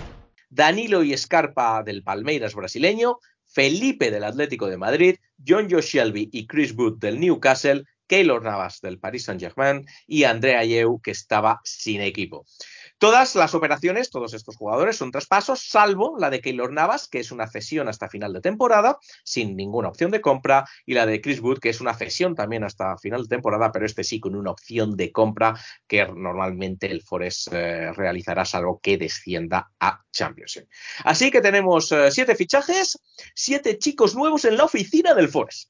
Danilo y Scarpa del Palmeiras brasileño, Felipe del Atlético de Madrid, John Joe Shelby y Chris Wood del Newcastle, Keylor Navas del Paris Saint-Germain y Andrea Ayew, que estaba sin equipo. Todas las operaciones, todos estos jugadores son traspasos, salvo la de Keylor Navas, que es una cesión hasta final de temporada, sin ninguna opción de compra, y la de Chris Wood, que es una cesión también hasta final de temporada, pero este sí con una opción de compra que normalmente el Forest eh, realizará, salvo que descienda a Championship. Así que tenemos eh, siete fichajes, siete chicos nuevos en la oficina del Forest.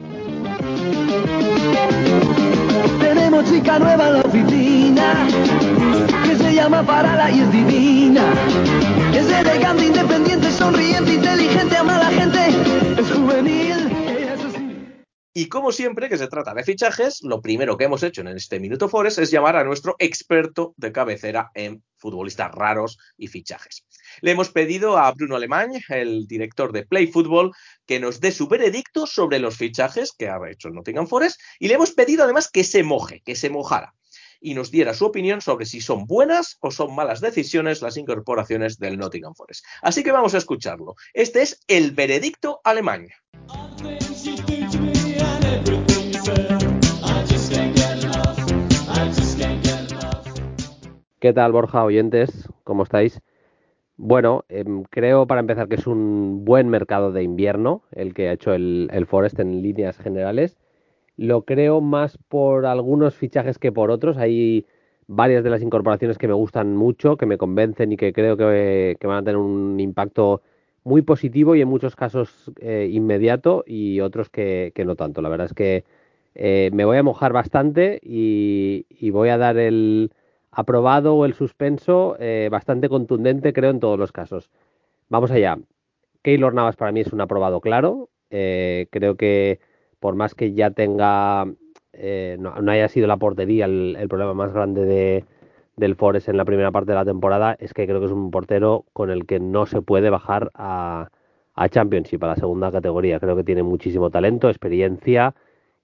Tenemos chica nueva en la oficina, que se llama Parala y es divina. Es elegante, independiente, sonriente, inteligente, ama a la gente, es juvenil, eso sí. Y como siempre que se trata de fichajes, lo primero que hemos hecho en este Minuto Forest es llamar a nuestro experto de cabecera en futbolistas raros y fichajes. Le hemos pedido a Bruno Alemany, el director de Play Football, que nos dé su veredicto sobre los fichajes que ha hecho el Nottingham Forest, y le hemos pedido además que se moje, que se mojara, y nos diera su opinión sobre si son buenas o son malas decisiones las incorporaciones del Nottingham Forest. Así que vamos a escucharlo. Este es el veredicto Alemany. ¿Qué tal, Borja, oyentes? ¿Cómo estáis? Bueno, eh, creo para empezar que es un buen mercado de invierno el que ha hecho el, el Forest en líneas generales. Lo creo más por algunos fichajes que por otros. Hay varias de las incorporaciones que me gustan mucho, que me convencen y que creo que, que van a tener un impacto muy positivo y en muchos casos eh, inmediato, y otros que, que no tanto. La verdad es que eh, me voy a mojar bastante y, y voy a dar el aprobado o el suspenso eh, bastante contundente, creo, en todos los casos. Vamos allá. Keylor Navas para mí es un aprobado claro. Eh, creo que por más que ya tenga, eh, no, no haya sido la portería el, el problema más grande de, del Forest en la primera parte de la temporada, es que creo que es un portero con el que no se puede bajar a, a Championship, a la segunda categoría. Creo que tiene muchísimo talento, experiencia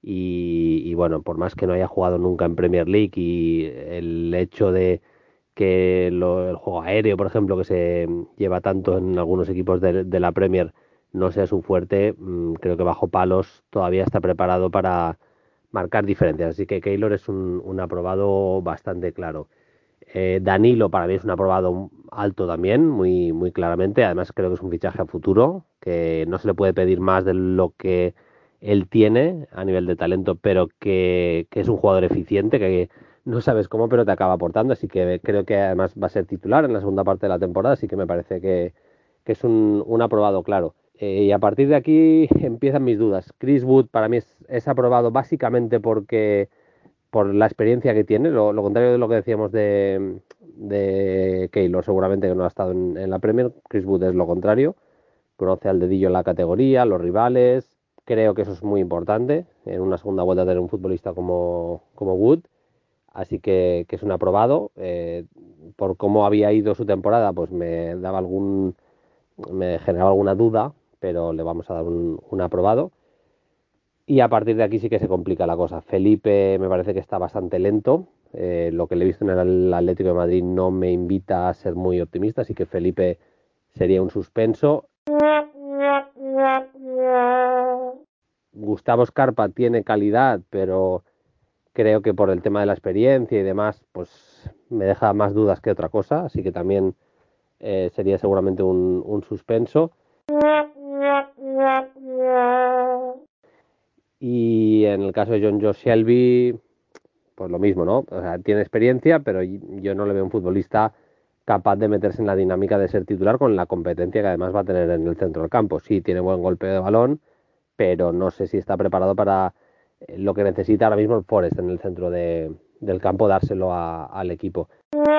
y, y bueno, por más que no haya jugado nunca en Premier League, y el hecho de que lo, el juego aéreo, por ejemplo, que se lleva tanto en algunos equipos de, de la Premier, no sea su fuerte, mmm, creo que bajo palos todavía está preparado para marcar diferencias. Así que Keylor es un, un aprobado bastante claro. Eh, Danilo para mí es un aprobado alto también, muy, muy claramente. Además creo que es un fichaje a futuro, que no se le puede pedir más de lo que él tiene a nivel de talento, pero que, que es un jugador eficiente, que no sabes cómo, pero te acaba aportando. Así que creo que además va a ser titular en la segunda parte de la temporada, así que me parece que, que es un, un aprobado claro. Eh, y a partir de aquí empiezan mis dudas. Chris Wood para mí es, es aprobado básicamente porque por la experiencia que tiene, lo, lo contrario de lo que decíamos de, de Keylor, seguramente que no ha estado en, en la Premier. Chris Wood es lo contrario, conoce al dedillo la categoría, los rivales. Creo que eso es muy importante en una segunda vuelta tener un futbolista como, como Wood. Así que, que es un aprobado. Eh, por cómo había ido su temporada, pues me daba algún, me generaba alguna duda, pero le vamos a dar un, un aprobado. Y a partir de aquí sí que se complica la cosa. Felipe me parece que está bastante lento. Eh, lo que le he visto en el Atlético de Madrid no me invita a ser muy optimista, así que Felipe sería un suspenso. Gustavo Scarpa tiene calidad, pero creo que por el tema de la experiencia y demás, pues me deja más dudas que otra cosa, así que también eh, sería seguramente un, un suspenso. Y en el caso de John Joe Shelby, pues lo mismo, ¿no? O sea, tiene experiencia, pero yo no le veo un futbolista capaz de meterse en la dinámica de ser titular con la competencia que además va a tener en el centro del campo. Sí, tiene buen golpe de balón, pero no sé si está preparado para lo que necesita ahora mismo el Forest en el centro de, del campo, dárselo a, al equipo.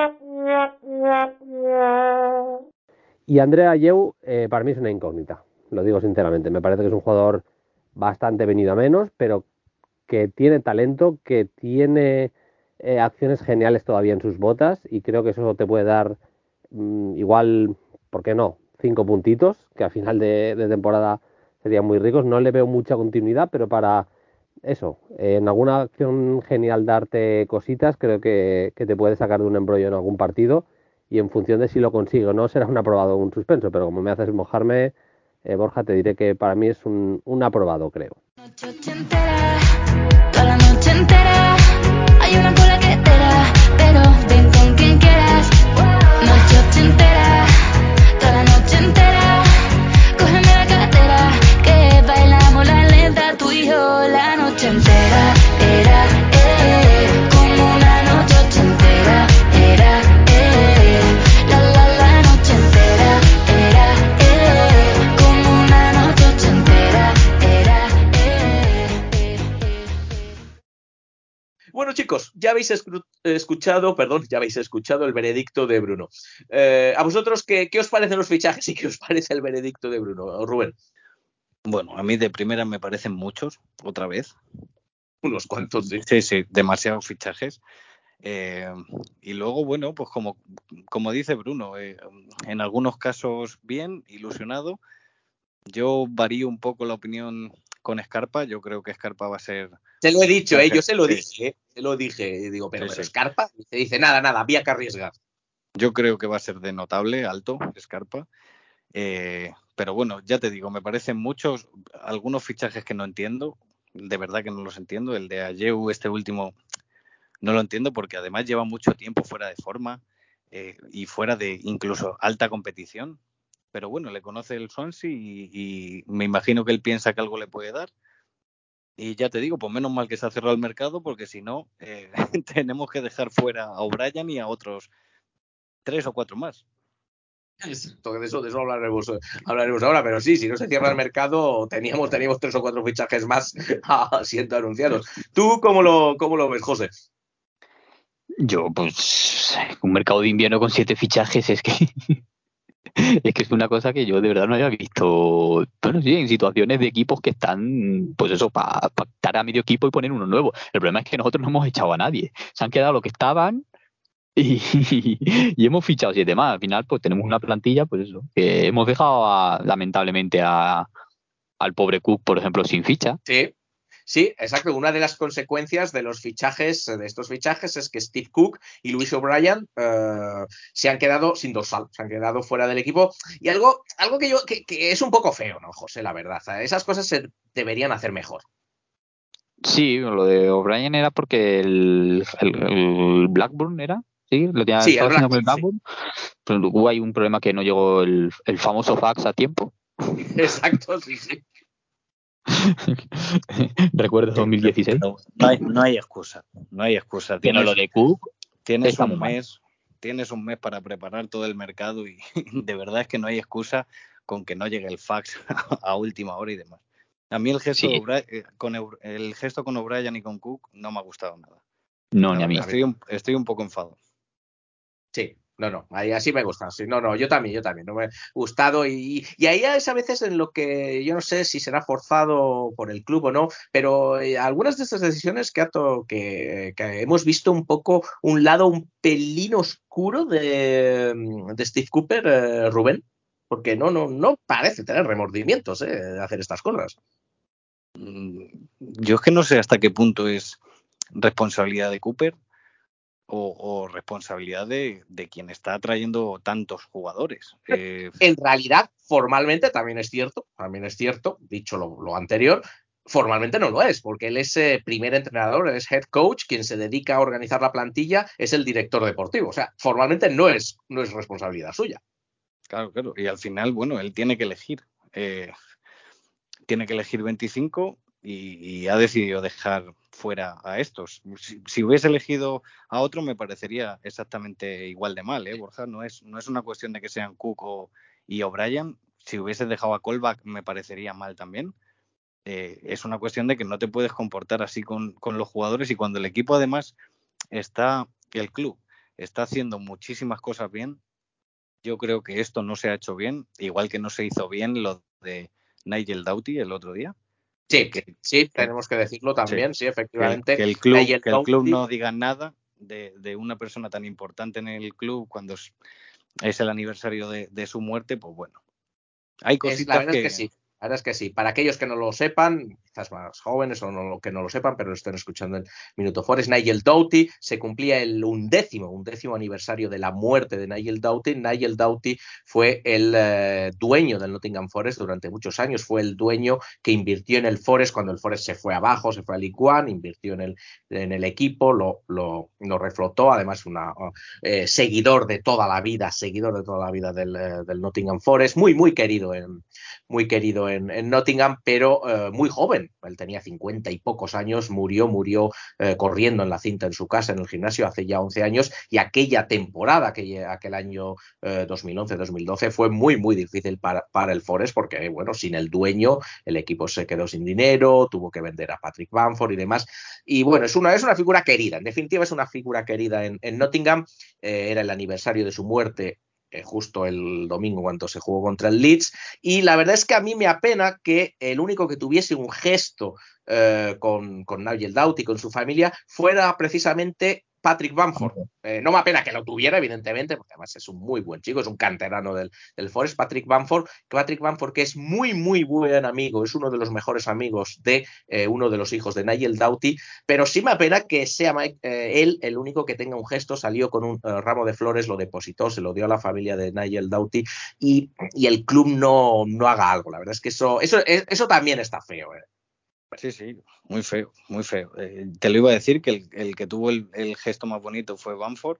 Y Andrea Ayew, eh, para mí es una incógnita, lo digo sinceramente. Me parece que es un jugador bastante venido a menos, pero que tiene talento, que tiene eh, acciones geniales todavía en sus botas, y creo que eso te puede dar mmm, igual, ¿por qué no?, cinco puntitos, que a final de, de temporada serían muy ricos. No le veo mucha continuidad, pero para eso, eh, en alguna acción genial darte cositas, creo que, que te puede sacar de un embrollo en algún partido, y en función de si lo consigo o no, será un aprobado o un suspenso, pero como me haces mojarme, eh, Borja, te diré que para mí es un, un aprobado, creo. Toda la noche entera hay una cola que te da, pero ven con quien quieras, chicos, ya habéis escru- escuchado, perdón, ya habéis escuchado el veredicto de Bruno. Eh, ¿A vosotros qué, qué os parecen los fichajes y qué os parece el veredicto de Bruno, Rubén? Bueno, a mí de primera me parecen muchos, otra vez. Unos cuantos, sí. Sí, sí, demasiados fichajes. Eh, y luego, bueno, pues como, como dice Bruno, eh, en algunos casos bien, ilusionado. Yo varío un poco la opinión con Scarpa. Yo creo que Scarpa va a ser... Se lo he dicho, va a eh, ser- yo se lo sí, dije, eh, se lo dije. Y digo, pero, sí, pero sí. Scarpa. Y se dice, nada, nada, había que arriesgar. Yo creo que va a ser de notable, alto, Scarpa. Eh, pero bueno, ya te digo, me parecen muchos, algunos fichajes que no entiendo, de verdad que no los entiendo. El de Ayew, este último, no lo entiendo porque además lleva mucho tiempo fuera de forma eh, y fuera de incluso alta competición. Pero bueno, le conoce el Swansea y, y me imagino que él piensa que algo le puede dar. Y ya te digo, pues menos mal que se ha cerrado el mercado porque si no, eh, tenemos que dejar fuera a O'Brien y a otros tres o cuatro más. Exacto, de eso, de eso hablaremos, eh, hablaremos ahora, pero sí, si no se cierra el mercado, teníamos, teníamos tres o cuatro fichajes más ah, siendo anunciados. ¿Tú cómo lo, cómo lo ves, José? Yo, pues, un mercado de invierno con siete fichajes es que es que es una cosa que yo de verdad no había visto. Bueno, sí, en situaciones de equipos que están, pues eso, para pactar a medio equipo y poner uno nuevo. El problema es que nosotros no hemos echado a nadie. Se han quedado los que estaban y, y hemos fichado siete más. Al final, pues tenemos una plantilla, pues eso, que hemos dejado a- lamentablemente a, al pobre Cook, por ejemplo, sin ficha. Sí, sí, exacto. Una de las consecuencias de los fichajes, de estos fichajes, es que Steve Cook y Luis O'Brien eh, se han quedado sin dorsal, se han quedado fuera del equipo. Y algo, algo que yo que, que es un poco feo, ¿no, José? La verdad. Esas cosas se deberían hacer mejor. Sí, lo de O'Brien era porque el, el- el Blackburn era, sí, lo tenía, Sí, el estaba haciendo con Blackburn, el sí. Blackburn, pero hubo ahí un problema que no llegó el, el famoso fax a tiempo. Exacto, sí, sí. Recuerdo Sí, dos mil dieciséis. no, no hay, no hay excusa, no hay excusa. Pero Tienes, lo de Cook tienes está muy un mal. mes, tienes un mes para preparar todo el mercado y de verdad es que no hay excusa con que no llegue el fax a última hora y demás. A mí el gesto, Sí, de O'Brien- eh, con Eur- el gesto con O'Brien y con Cook no me ha gustado nada. no, ni a No, mí. a mí Estoy un, estoy un poco enfadado. sí, no, no, ahí así me gusta. Sí, no, no, yo también, yo también, no me ha gustado. Y, y ahí es a veces en lo que yo no sé si será forzado por el club o no, pero eh, algunas de estas decisiones que, ha to- que, que hemos visto un poco un lado un pelín oscuro de, de Steve Cooper, eh, Rubén, porque no, no, no parece tener remordimientos eh, de hacer estas cosas. Mm, Yo es que no sé hasta qué punto es responsabilidad de Cooper o, o responsabilidad de, de quien está trayendo tantos jugadores. Eh, En realidad, formalmente también es cierto, también es cierto, dicho lo, lo anterior, formalmente no lo es, porque él es eh, primer entrenador, es head coach, quien se dedica a organizar la plantilla es el director deportivo. O sea, formalmente no es, no es responsabilidad suya. claro, claro. Y al final, bueno, él tiene que elegir. Eh, tiene que elegir veinticinco y, y ha decidido dejar fuera a estos. Si, si hubiese elegido a otro, me parecería exactamente igual de mal, ¿eh, Borja? No es, no es una cuestión de que sean Cook o, y O'Brien. Si hubiese dejado a Colback, me parecería mal también. Eh, es una cuestión de que no te puedes comportar así con, con los jugadores y cuando el equipo además está, el club está haciendo muchísimas cosas bien, yo creo que esto no se ha hecho bien, igual que no se hizo bien lo de Nigel Doughty el otro día. Sí, Que, sí, que, tenemos que decirlo sí, también, sí, que, el, efectivamente. que, el, club, Nigel que el club Doughty, no diga nada de, de una persona tan importante en el club cuando es, es el aniversario de, de su muerte, pues bueno, hay es, la cositas verdad es que que... sí. La verdad es que sí. Para aquellos que no lo sepan, quizás más jóvenes o no, que no lo sepan, pero estén escuchando el Minuto Forest, Nigel Doughty, se cumplía el undécimo, undécimo aniversario de la muerte de Nigel Doughty. Nigel Doughty fue el eh, dueño del Nottingham Forest durante muchos años, fue el dueño que invirtió en el Forest cuando el Forest se fue abajo, se fue a League One, invirtió en el, en el equipo, lo, lo, lo reflotó, además una eh, seguidor de toda la vida, seguidor de toda la vida del, eh, del Nottingham Forest, muy, muy querido en, muy querido nació en, en Nottingham, pero eh, muy joven. Él tenía cincuenta y pocos años, murió, murió eh, corriendo en la cinta en su casa, en el gimnasio, hace ya once años, y aquella temporada, aquel, aquel año eh, dos mil once dos mil doce, fue muy, muy difícil para, para el Forest, porque, bueno, sin el dueño, el equipo se quedó sin dinero, tuvo que vender a Patrick Bamford y demás. Y bueno, es una, es una figura querida, en definitiva es una figura querida en, en Nottingham. Eh, era el aniversario de su muerte eh, justo el domingo cuando se jugó contra el Leeds, y la verdad es que a mí me apena que el único que tuviese un gesto eh, con, con Nigel Doughty y con su familia fuera precisamente Patrick Bamford. Eh, no me apena que lo tuviera, evidentemente, porque además es un muy buen chico, es un canterano del, del Forest, Patrick Bamford, Patrick Bamford, que es muy, muy buen amigo, es uno de los mejores amigos de eh, uno de los hijos de Nigel Doughty, pero sí me apena que sea Mike, eh, él el único que tenga un gesto, salió con un uh, ramo de flores, lo depositó, se lo dio a la familia de Nigel Doughty, y, y el club no, no haga algo. La verdad es que eso, eso, eso también está feo. Eh. Sí, sí, muy feo, muy feo. Eh, te lo iba a decir que el, el que tuvo el, el gesto más bonito fue Bamford,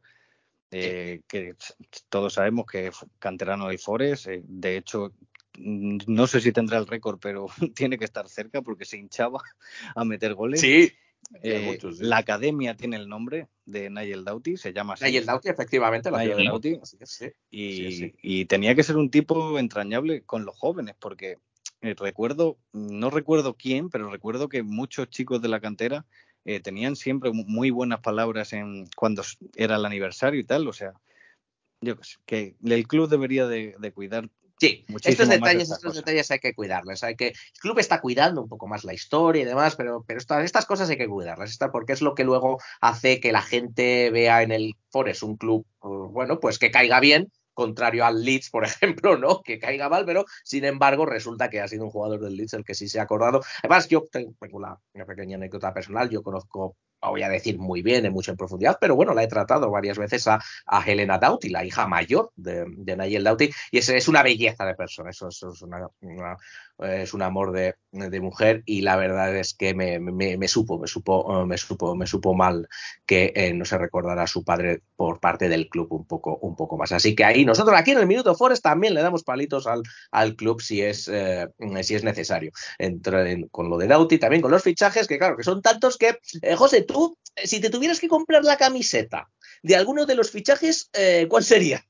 eh, que todos sabemos que es canterano del Forest. Eh, de hecho, no sé si tendrá el récord, pero tiene que estar cerca porque se hinchaba a meter goles. Sí. Eh, mucho, sí. La academia tiene el nombre de Nigel Doughty, se llama así. Nigel Doughty, efectivamente, la Nigel Doughty. Sí, sí. Y, Sí, sí. y tenía que ser un tipo entrañable con los jóvenes, porque eh, recuerdo, no recuerdo quién, pero recuerdo que muchos chicos de la cantera eh, tenían siempre muy buenas palabras en cuando era el aniversario y tal. O sea, yo que sé, que el club debería de, de cuidar Sí, muchísimo estos más detalles, estas estos cosas. detalles hay que cuidarles. Hay que, el club está cuidando un poco más la historia y demás, pero, pero estas, estas cosas hay que cuidarlas, esta, porque es lo que luego hace que la gente vea en el Forest un club, uh, bueno, pues que caiga bien, contrario al Leeds, por ejemplo, ¿no? Que caiga mal, pero sin embargo resulta que ha sido un jugador del Leeds el que sí se ha acordado. Además, yo tengo una, una pequeña anécdota personal, yo conozco, no voy a decir muy bien, en mucha en profundidad, pero bueno, la he tratado varias veces a, a Helena Doughty, la hija mayor de, de Nigel Doughty, y es, es una belleza de persona, eso, eso es, una, una, es un amor de, de mujer, y la verdad es que me, me, me supo, me supo, me supo, me supo mal que eh, no se recordara a su padre por parte del club un poco, un poco más. Así que ahí nosotros aquí en el Minuto Forest también le damos palitos al, al club si es, eh, si es necesario. Entre, en, con lo de Doughty, también con los fichajes, que claro, que son tantos que, eh, José, tú, si te tuvieras que comprar la camiseta de alguno de los fichajes, eh, ¿cuál sería?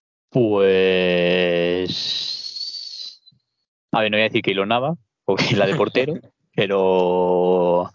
Pues. A ver, no voy a decir que Keylor Navas, porque es la de portero, pero.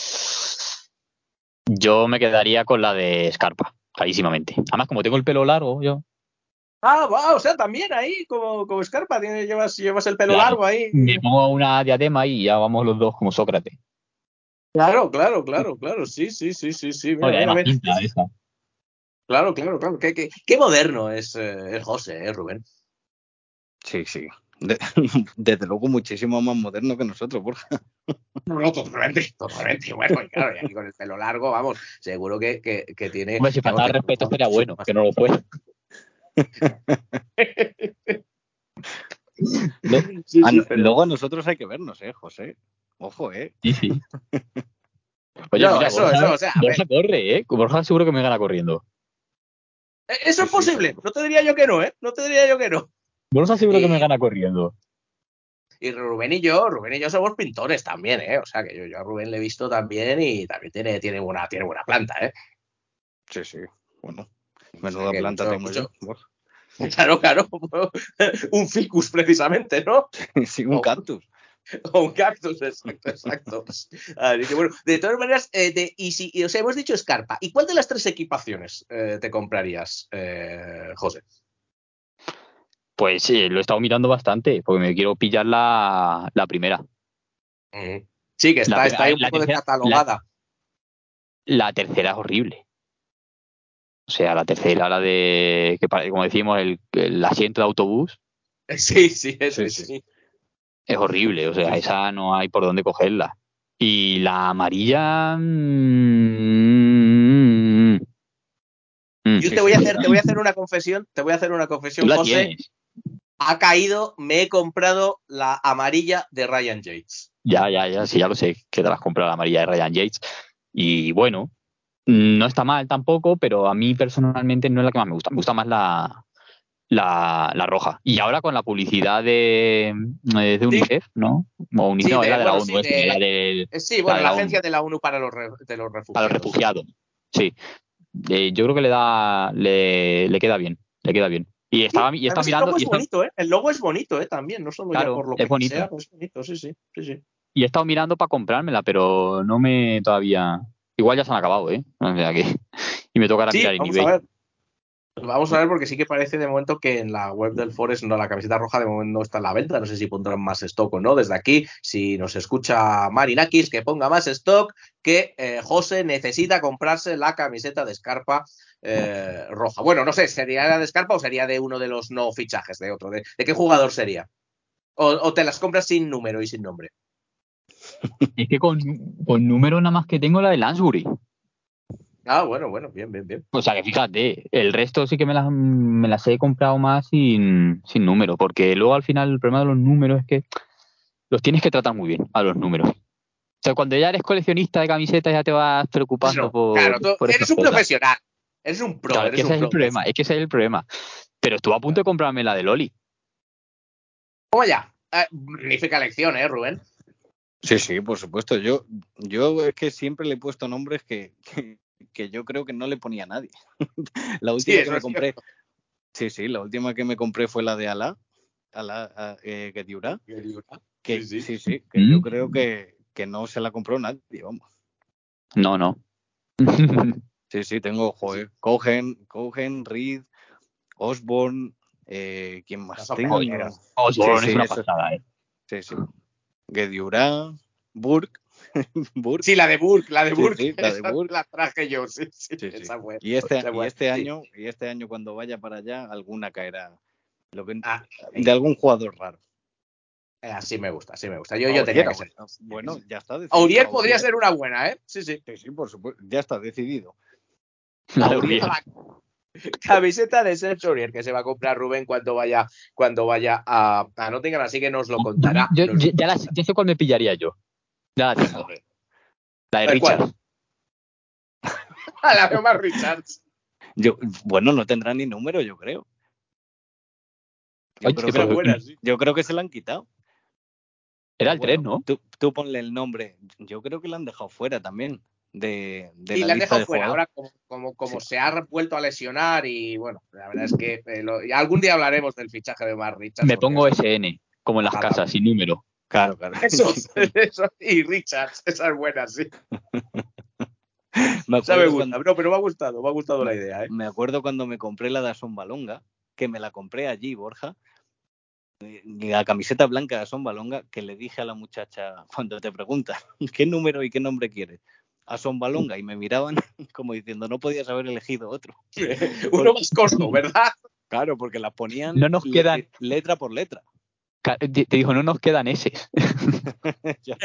Yo me quedaría con la de Scarpa, clarísimamente. Además, como tengo el pelo largo, yo. Ah, wow, o sea, también ahí, como, como Scarpa, tienes, llevas, llevas el pelo Claro, largo ahí. me pongo una diadema y ya vamos los dos como Sócrates. Claro, claro, claro, claro, sí, sí, sí, sí, sí, No, mira, y mira, además mira. pinta esa. Claro, claro, claro, qué, qué, qué moderno es eh, el José, eh, Rubén. Sí, sí. De, desde luego muchísimo más moderno que nosotros, Borja. No, no, totalmente, totalmente. Bueno, y claro, y aquí con el pelo largo, vamos, seguro que, que, que tiene. Hombre, si Vamos, faltaba que respeto triunfa sería muchísimo bueno, más. que no lo fue. Lo- Sí, a sí, no- pero. luego a nosotros hay que vernos, ¿eh, José? Ojo, ¿eh? Sí, sí. Oye, No, mira, eso, Borja, eso, o sea, a ver, Borja corre, ¿eh? Borja seguro que me gana corriendo. eso Sí, es sí, posible, seguro. no te diría yo que no, ¿eh? No te diría yo que no. Borja seguro que me Y, gana corriendo. y Rubén y yo, Rubén y yo somos pintores también, ¿eh? O sea, que yo, yo a Rubén le he visto también y también tiene, tiene, buena, tiene buena planta, ¿eh? Sí, sí. Bueno, O sea, menuda que planta mucho, tengo yo, mucho. Borja. Claro, claro, un ficus precisamente, ¿no? Sí, un O, cactus. o un cactus, exacto, exacto. Así que bueno, de todas maneras, eh, de, y si, y, o sea, hemos dicho Scarpa, ¿y cuál de las tres equipaciones eh, te comprarías, eh, José? Pues sí, lo he estado mirando bastante, porque me quiero pillar la, la primera. Mm. Sí, que La, está, está ahí un la poco tercera, la, descatalogada. la tercera es horrible. O sea, la tercera, la de, que pare- como decimos, el, el asiento de autobús, Sí, sí, ese Sí, sí. sí. es horrible. O sea, Sí. esa no hay por dónde cogerla. Y la amarilla. mm, mm, Yo Sí, te voy sí. a hacer, te voy a hacer una confesión, te voy a hacer una tú confesión, la José. tienes. Ha caído, me he comprado la amarilla de Ryan Yates. Ya, ya, ya, sí, ya lo sé, que te las comprado la amarilla de Ryan Yates. Y bueno, no está mal tampoco, pero a mí personalmente no es la que más me gusta. Me gusta más la, la, la roja. Y ahora con la publicidad de, eh, de Sí, UNICEF, ¿no? O UNICEF, sí, no, de, era de la bueno, ONU, sí, esta, la, de, del- eh, sí, la bueno, de la la ONU, agencia de la ONU para los, re- de los para los refugiados, sí. refugiados. Sí. Eh, yo creo que le da, le, le queda bien, le queda bien. Y Sí, estaba, y estaba además el mirando, logo y es estaba, bonito, ¿eh? El logo es bonito, ¿eh? También, no solo ya claro, por lo es que bonito. sea, pues es bonito, sí, sí, sí, sí. Y he estado mirando para comprármela, pero no me todavía. Igual ya se han acabado, ¿eh? O sea que. Y me tocará Sí, mirar en vamos a eBay. ver. Vamos a ver porque sí que parece de momento que en la web del Forest no, la camiseta roja de momento no está en la venta. No sé si pondrán más stock o no. Desde aquí, si nos escucha Marinakis, que ponga más stock, que eh, José necesita comprarse la camiseta de Scarpa eh, roja. Bueno, no sé, ¿sería la de Scarpa o sería de uno de los no fichajes de otro? ¿De, de qué jugador sería? O, o te las compras sin número y sin nombre. Es que con, con número nada más que tengo la de Lansbury. Ah, bueno, bueno, bien, bien, bien. O sea que fíjate, el resto sí que me las, me las he comprado más sin, sin número, porque luego al final el problema de los números es que los tienes que tratar muy bien a los números. O sea, cuando ya eres coleccionista de camisetas ya te vas preocupando Eso, por, claro, tú por esas eres un cosas. profesional. Eres un pro, Claro, es que eres ese un es el pro de eso. problema, es que ese es el problema. Pero estuve a punto de comprarme la de Loli. Toma ya. Eh, magnífica elección, ¿eh, Rubén? Sí, sí, por supuesto. Yo, yo es que siempre le he puesto nombres que, que, que yo creo que no le ponía a nadie. La Sí, última que eso me es compré, cierto. sí, sí, la última que me compré fue la de Alá, Alá a- eh, Gediura, que Sí, sí. sí, sí, que ¿Mm? yo creo que, que no se la compró nadie, vamos. No, no. Sí, sí, tengo, joder, Cohen, Cohen, Reed, Osborne, eh, ¿quién No más son tengo? peloteros. Osborne Sí, es sí, una eso, pasada, ¿eh? sí, sí. Gediura, Burke, Burke, Sí, la de Burke, la de sí, Burke, sí, la de esa Burke. la traje yo, sí, sí, Sí, sí. esa fue. Y este, Esa y fue, este sí. año, y este año cuando vaya para allá, alguna caerá. Lo que, Ah, de algún jugador raro. eh, así me gusta, así me gusta. Yo, yo tenía Aurier, que ser. bueno, ya está decidido. Aurier podría Aurier. ser una buena, ¿eh? Sí, sí. Sí, sí, por supuesto, ya está decidido. La de Aurier. Uriel. La camiseta de Sergio Aurier que se va a comprar Rubén cuando vaya, cuando vaya a, a Nottingham, así que nos lo Yo, contará. yo- Nos- yo- ya, la- ya sé cuál me pillaría yo. Ya la tengo. La de A ver, ¿cuál? Richard. A la veo más Richards. Yo, bueno, no tendrá ni número, yo creo. Yo Ay, creo sí, que, Esa porque buena, sí. yo creo que se la han quitado. era Pero el tres, bueno, ¿no? tú, tú ponle el nombre. Yo creo que la han dejado fuera también de, de Y la le han lista dejado de fuera. jugadores. Ahora, como, como, como Sí. se ha vuelto a lesionar, y bueno, la verdad es que eh, lo- algún día hablaremos del fichaje de Omar Richards. Me Porque pongo es S N, como en las fatal. casas, sin número. Claro, claro. Eso, eso, y Richards, esa es buena, sí. Me Esa me acuerdo gusta. cuando, No, pero me ha gustado, me ha gustado la idea, ¿eh? me acuerdo cuando me compré la de Aston Balonga, que me la compré allí, Borja, y la camiseta blanca de Aston Balonga, que le dije a la muchacha cuando te pregunta qué número y qué nombre quieres. Aston Balonga, y me miraban como diciendo no podías haber elegido otro. Uno más corto, ¿verdad? Claro, porque las ponían No nos le- quedan. letra por letra. ca- Te te dijo, no nos quedan S. Ya.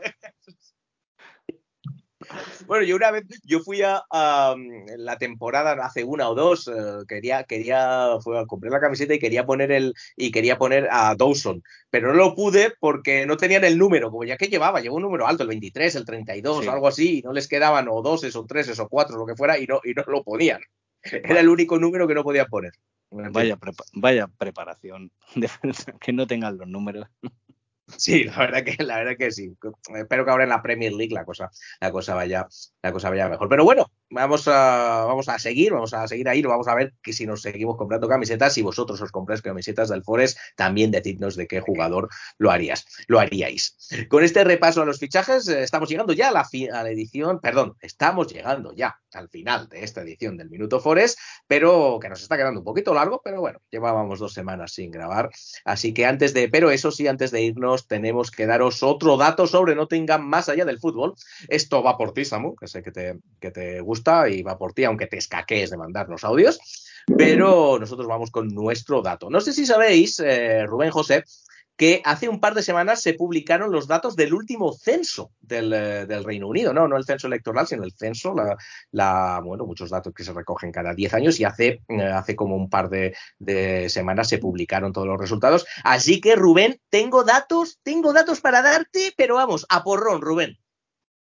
Bueno, yo una vez, yo fui a, a, um, la temporada hace una o dos, eh, quería, quería, fue a comprar la camiseta y quería poner el, y quería poner a Dawson, pero no lo pude porque no tenían el número, como ya que llevaba, llevaba un número alto, el veintitrés, el treinta y dos, Sí. algo así, y no les quedaban o doses o treses o cuatro, lo que fuera, y no, y no lo ponían. Era Vaya. el único número que no podían poner. En fin. Vaya, prepa- vaya preparación. Defensa, que no tengan los números. Sí, la verdad que, la verdad que sí. Espero que ahora en la Premier League la cosa, la cosa vaya, la cosa vaya mejor. Pero bueno, vamos a, vamos a seguir, vamos a seguir ahí, vamos a ver que si nos seguimos comprando camisetas, si vosotros os compráis camisetas del Forest, también decidnos de qué jugador lo harías, lo haríais. Con este repaso a los fichajes, eh, estamos llegando ya a la, fi- a la edición, perdón, estamos llegando ya al final de esta edición del Minuto Forest, pero que nos está quedando un poquito largo, pero bueno, llevábamos dos semanas sin grabar. Así que antes de, pero eso sí, antes de irnos, tenemos que daros otro dato sobre Nottingham más allá del fútbol. Esto va por ti, Samu, que sé que te, que te gusta y va por ti, aunque te escaquees de mandarnos audios. Pero nosotros vamos con nuestro dato. No sé si sabéis, eh, Rubén, José, que hace un par de semanas se publicaron los datos del último censo del, eh, del Reino Unido, ¿no? No el censo electoral, sino el censo, la, la, bueno, muchos datos que se recogen cada diez años, y hace, eh, hace como un par de, de semanas se publicaron todos los resultados. Así que, Rubén, tengo datos, tengo datos para darte, pero vamos, a porrón, Rubén.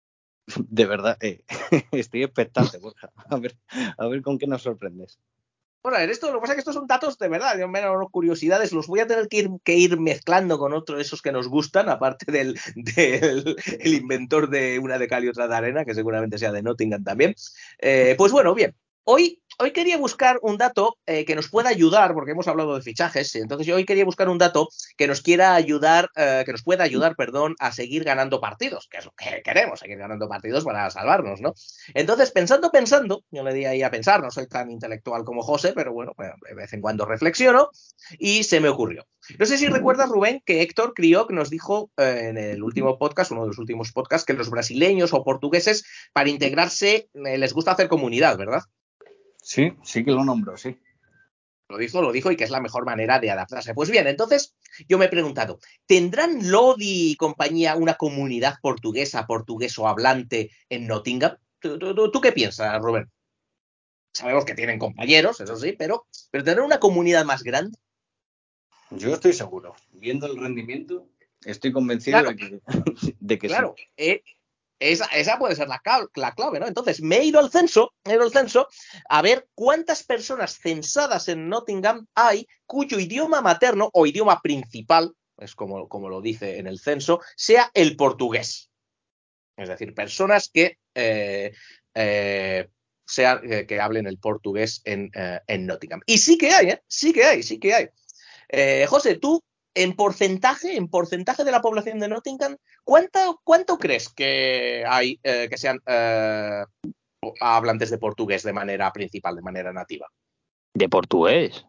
De verdad, eh, estoy expectante, Borja. A ver, a ver con qué nos sorprendes. Bueno, a ver, esto, lo que pasa es que estos son datos de verdad, de menos curiosidades, los voy a tener que ir, que ir mezclando con otros esos que nos gustan, aparte del, del el inventor de una de cal y otra de arena, que seguramente sea de Nottingham también. Eh, pues bueno, bien, hoy, hoy quería buscar un dato eh, que nos pueda ayudar, porque hemos hablado de fichajes, entonces yo hoy quería buscar un dato que nos quiera ayudar, eh, que nos pueda ayudar, perdón, a seguir ganando partidos, que es lo que queremos, seguir ganando partidos para salvarnos, ¿no? Entonces, pensando, pensando, yo le di ahí a pensar, no soy tan intelectual como José, pero bueno, pues, de vez en cuando reflexiono y se me ocurrió. No sé si recuerdas, Rubén, que Héctor Crioc nos dijo eh, en el último podcast, uno de los últimos podcasts, que los brasileños o portugueses para integrarse eh, les gusta hacer comunidad, ¿verdad? Sí, sí que lo nombró, sí. Lo dijo, lo dijo y que es la mejor manera de adaptarse. Pues bien, entonces yo me he preguntado, ¿tendrán Lodi y compañía una comunidad portuguesa, portugueso hablante en Nottingham? ¿Tú, tú, tú, tú qué piensas, Rubén? Sabemos que tienen compañeros, eso sí, pero, pero tener una comunidad más grande. Yo estoy seguro. Viendo el rendimiento, estoy convencido Claro, de que, de que claro, sí. eh, esa, esa puede ser la, la clave, ¿no? Entonces, me he ido al censo, he ido al censo a ver cuántas personas censadas en Nottingham hay cuyo idioma materno o idioma principal, es como, como lo dice en el censo, sea el portugués. Es decir, personas que, eh, eh, sean, eh, que hablen el portugués en, eh, en Nottingham. Y sí que hay, ¿eh? Sí que hay, sí que hay. Eh, José, tú, en porcentaje, en porcentaje de la población de Nottingham, ¿cuánto, cuánto crees que hay eh, que sean eh, hablantes de portugués de manera principal, de manera nativa? De portugués.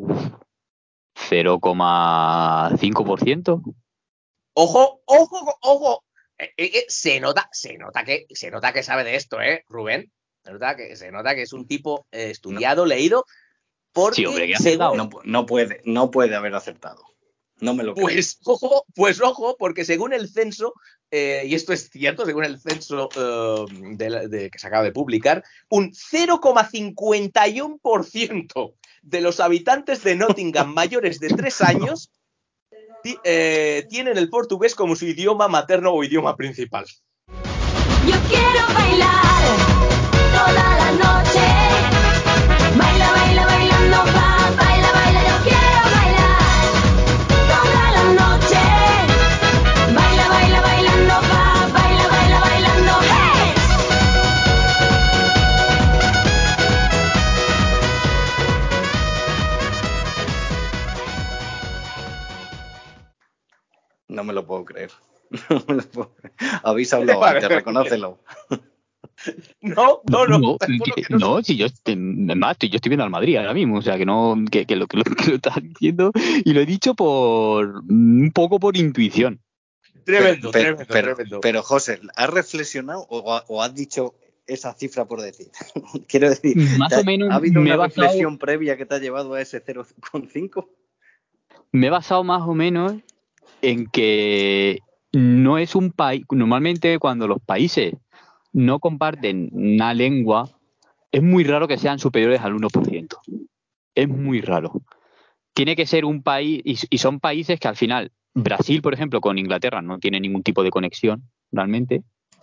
cero coma cinco por ciento. Ojo, ojo, ojo. Eh, eh, se nota, se nota que, se nota que sabe de esto, ¿eh, Rubén? Se nota que, se nota que es un tipo eh, estudiado, no. leído, Sí, hombre, porque que ha según, acertado. No, no puede, no puede haber acertado. No me lo creo. Pues ojo, pues ojo, porque según el censo, eh, y esto es cierto, según el censo eh, de, la- de- que se acaba de publicar, un cero coma cincuenta y uno por ciento de los habitantes de Nottingham mayores de tres años ti- eh, tienen el portugués como su idioma materno o idioma principal. Yo quiero bailar toda la noche. Baila, baila, bailando, va, baila, baila. Yo quiero bailar toda la noche. Baila, baila, bailando, va, baila, baila, bailando, hey. No me lo puedo creer. No me lo puedo creer. Habéis ¿Qué te hablado parece? antes, reconócelo. No, no, no, No, te juro que- que no. no, si yo, este, además, estoy- yo estoy viendo al Madrid ahora mismo, o sea, que no, que, que lo que lo, que lo estás diciendo, y lo he dicho por un poco por intuición. Tremendo, Pero, tremendo, pero, tremendo. pero, José, ¿has reflexionado o, o has dicho esa cifra por decir? Quiero decir, Más ¿te o ha, menos ha habido me he una basado, reflexión previa que te ha llevado a ese cero coma cinco? me he basado más o menos en que no es un país, normalmente cuando los países no comparten una lengua, es muy raro que sean superiores al uno por ciento. Es muy raro. Tiene que ser un país, y, y son países que al final, Brasil, por ejemplo, con Inglaterra no tiene ningún tipo de conexión, realmente.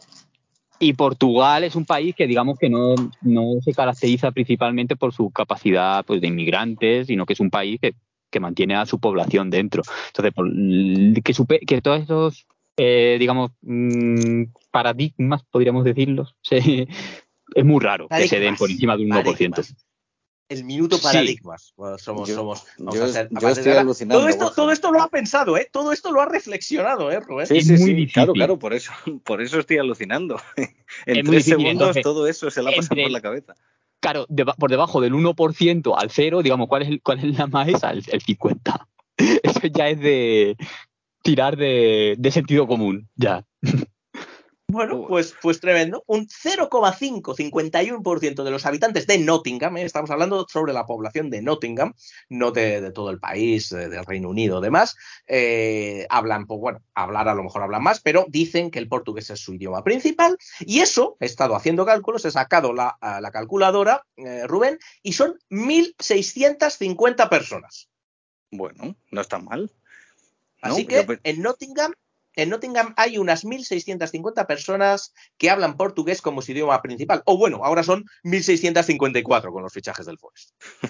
Y Portugal es un país que digamos que no, no se caracteriza principalmente por su capacidad pues, de inmigrantes, sino que es un país que, que mantiene a su población dentro. Entonces, por, que, super, que todos esos, eh, digamos, mmm, paradigmas, podríamos decirlos, se, es muy raro que se den por Paradigmas, encima de un uno por ciento. paradigmas. El minuto Sí, paradigmas. Bueno, somos, Yo, somos, vamos yo, a ser, a yo partir de estoy ahora. alucinando, Todo esto, Borja. todo esto lo ha pensado, ¿eh? Todo esto lo ha reflexionado, ¿eh, Rubén? Sí, es sí, muy sí, claro, difícil. claro, por eso, por eso estoy alucinando. En Es muy tres difícil, segundos entonces, todo eso se la pasa entre por el, la cabeza. claro, deba- por debajo del uno por ciento al cero, digamos, ¿cuál es, el- cuál es la maesa? El, el cincuenta. Eso ya es de tirar de, de sentido común, ya. Bueno, Joder. pues, pues tremendo. Un cero coma cinco, cincuenta y uno por ciento de los habitantes de Nottingham, ¿eh? Estamos hablando sobre la población de Nottingham, no de, de todo el país, eh, del Reino Unido, demás, eh, hablan, pues bueno, hablar a lo mejor hablan más, pero dicen que el portugués es su idioma principal, y eso, he estado haciendo cálculos, he sacado la, a la calculadora, eh, Rubén, y son mil seiscientas cincuenta personas. Bueno, no está mal. ¿No? Así Yo que pe- en Nottingham en Nottingham hay unas mil seiscientas cincuenta personas que hablan portugués como su idioma principal. O bueno, ahora son mil seiscientas cincuenta y cuatro con los fichajes del Forest.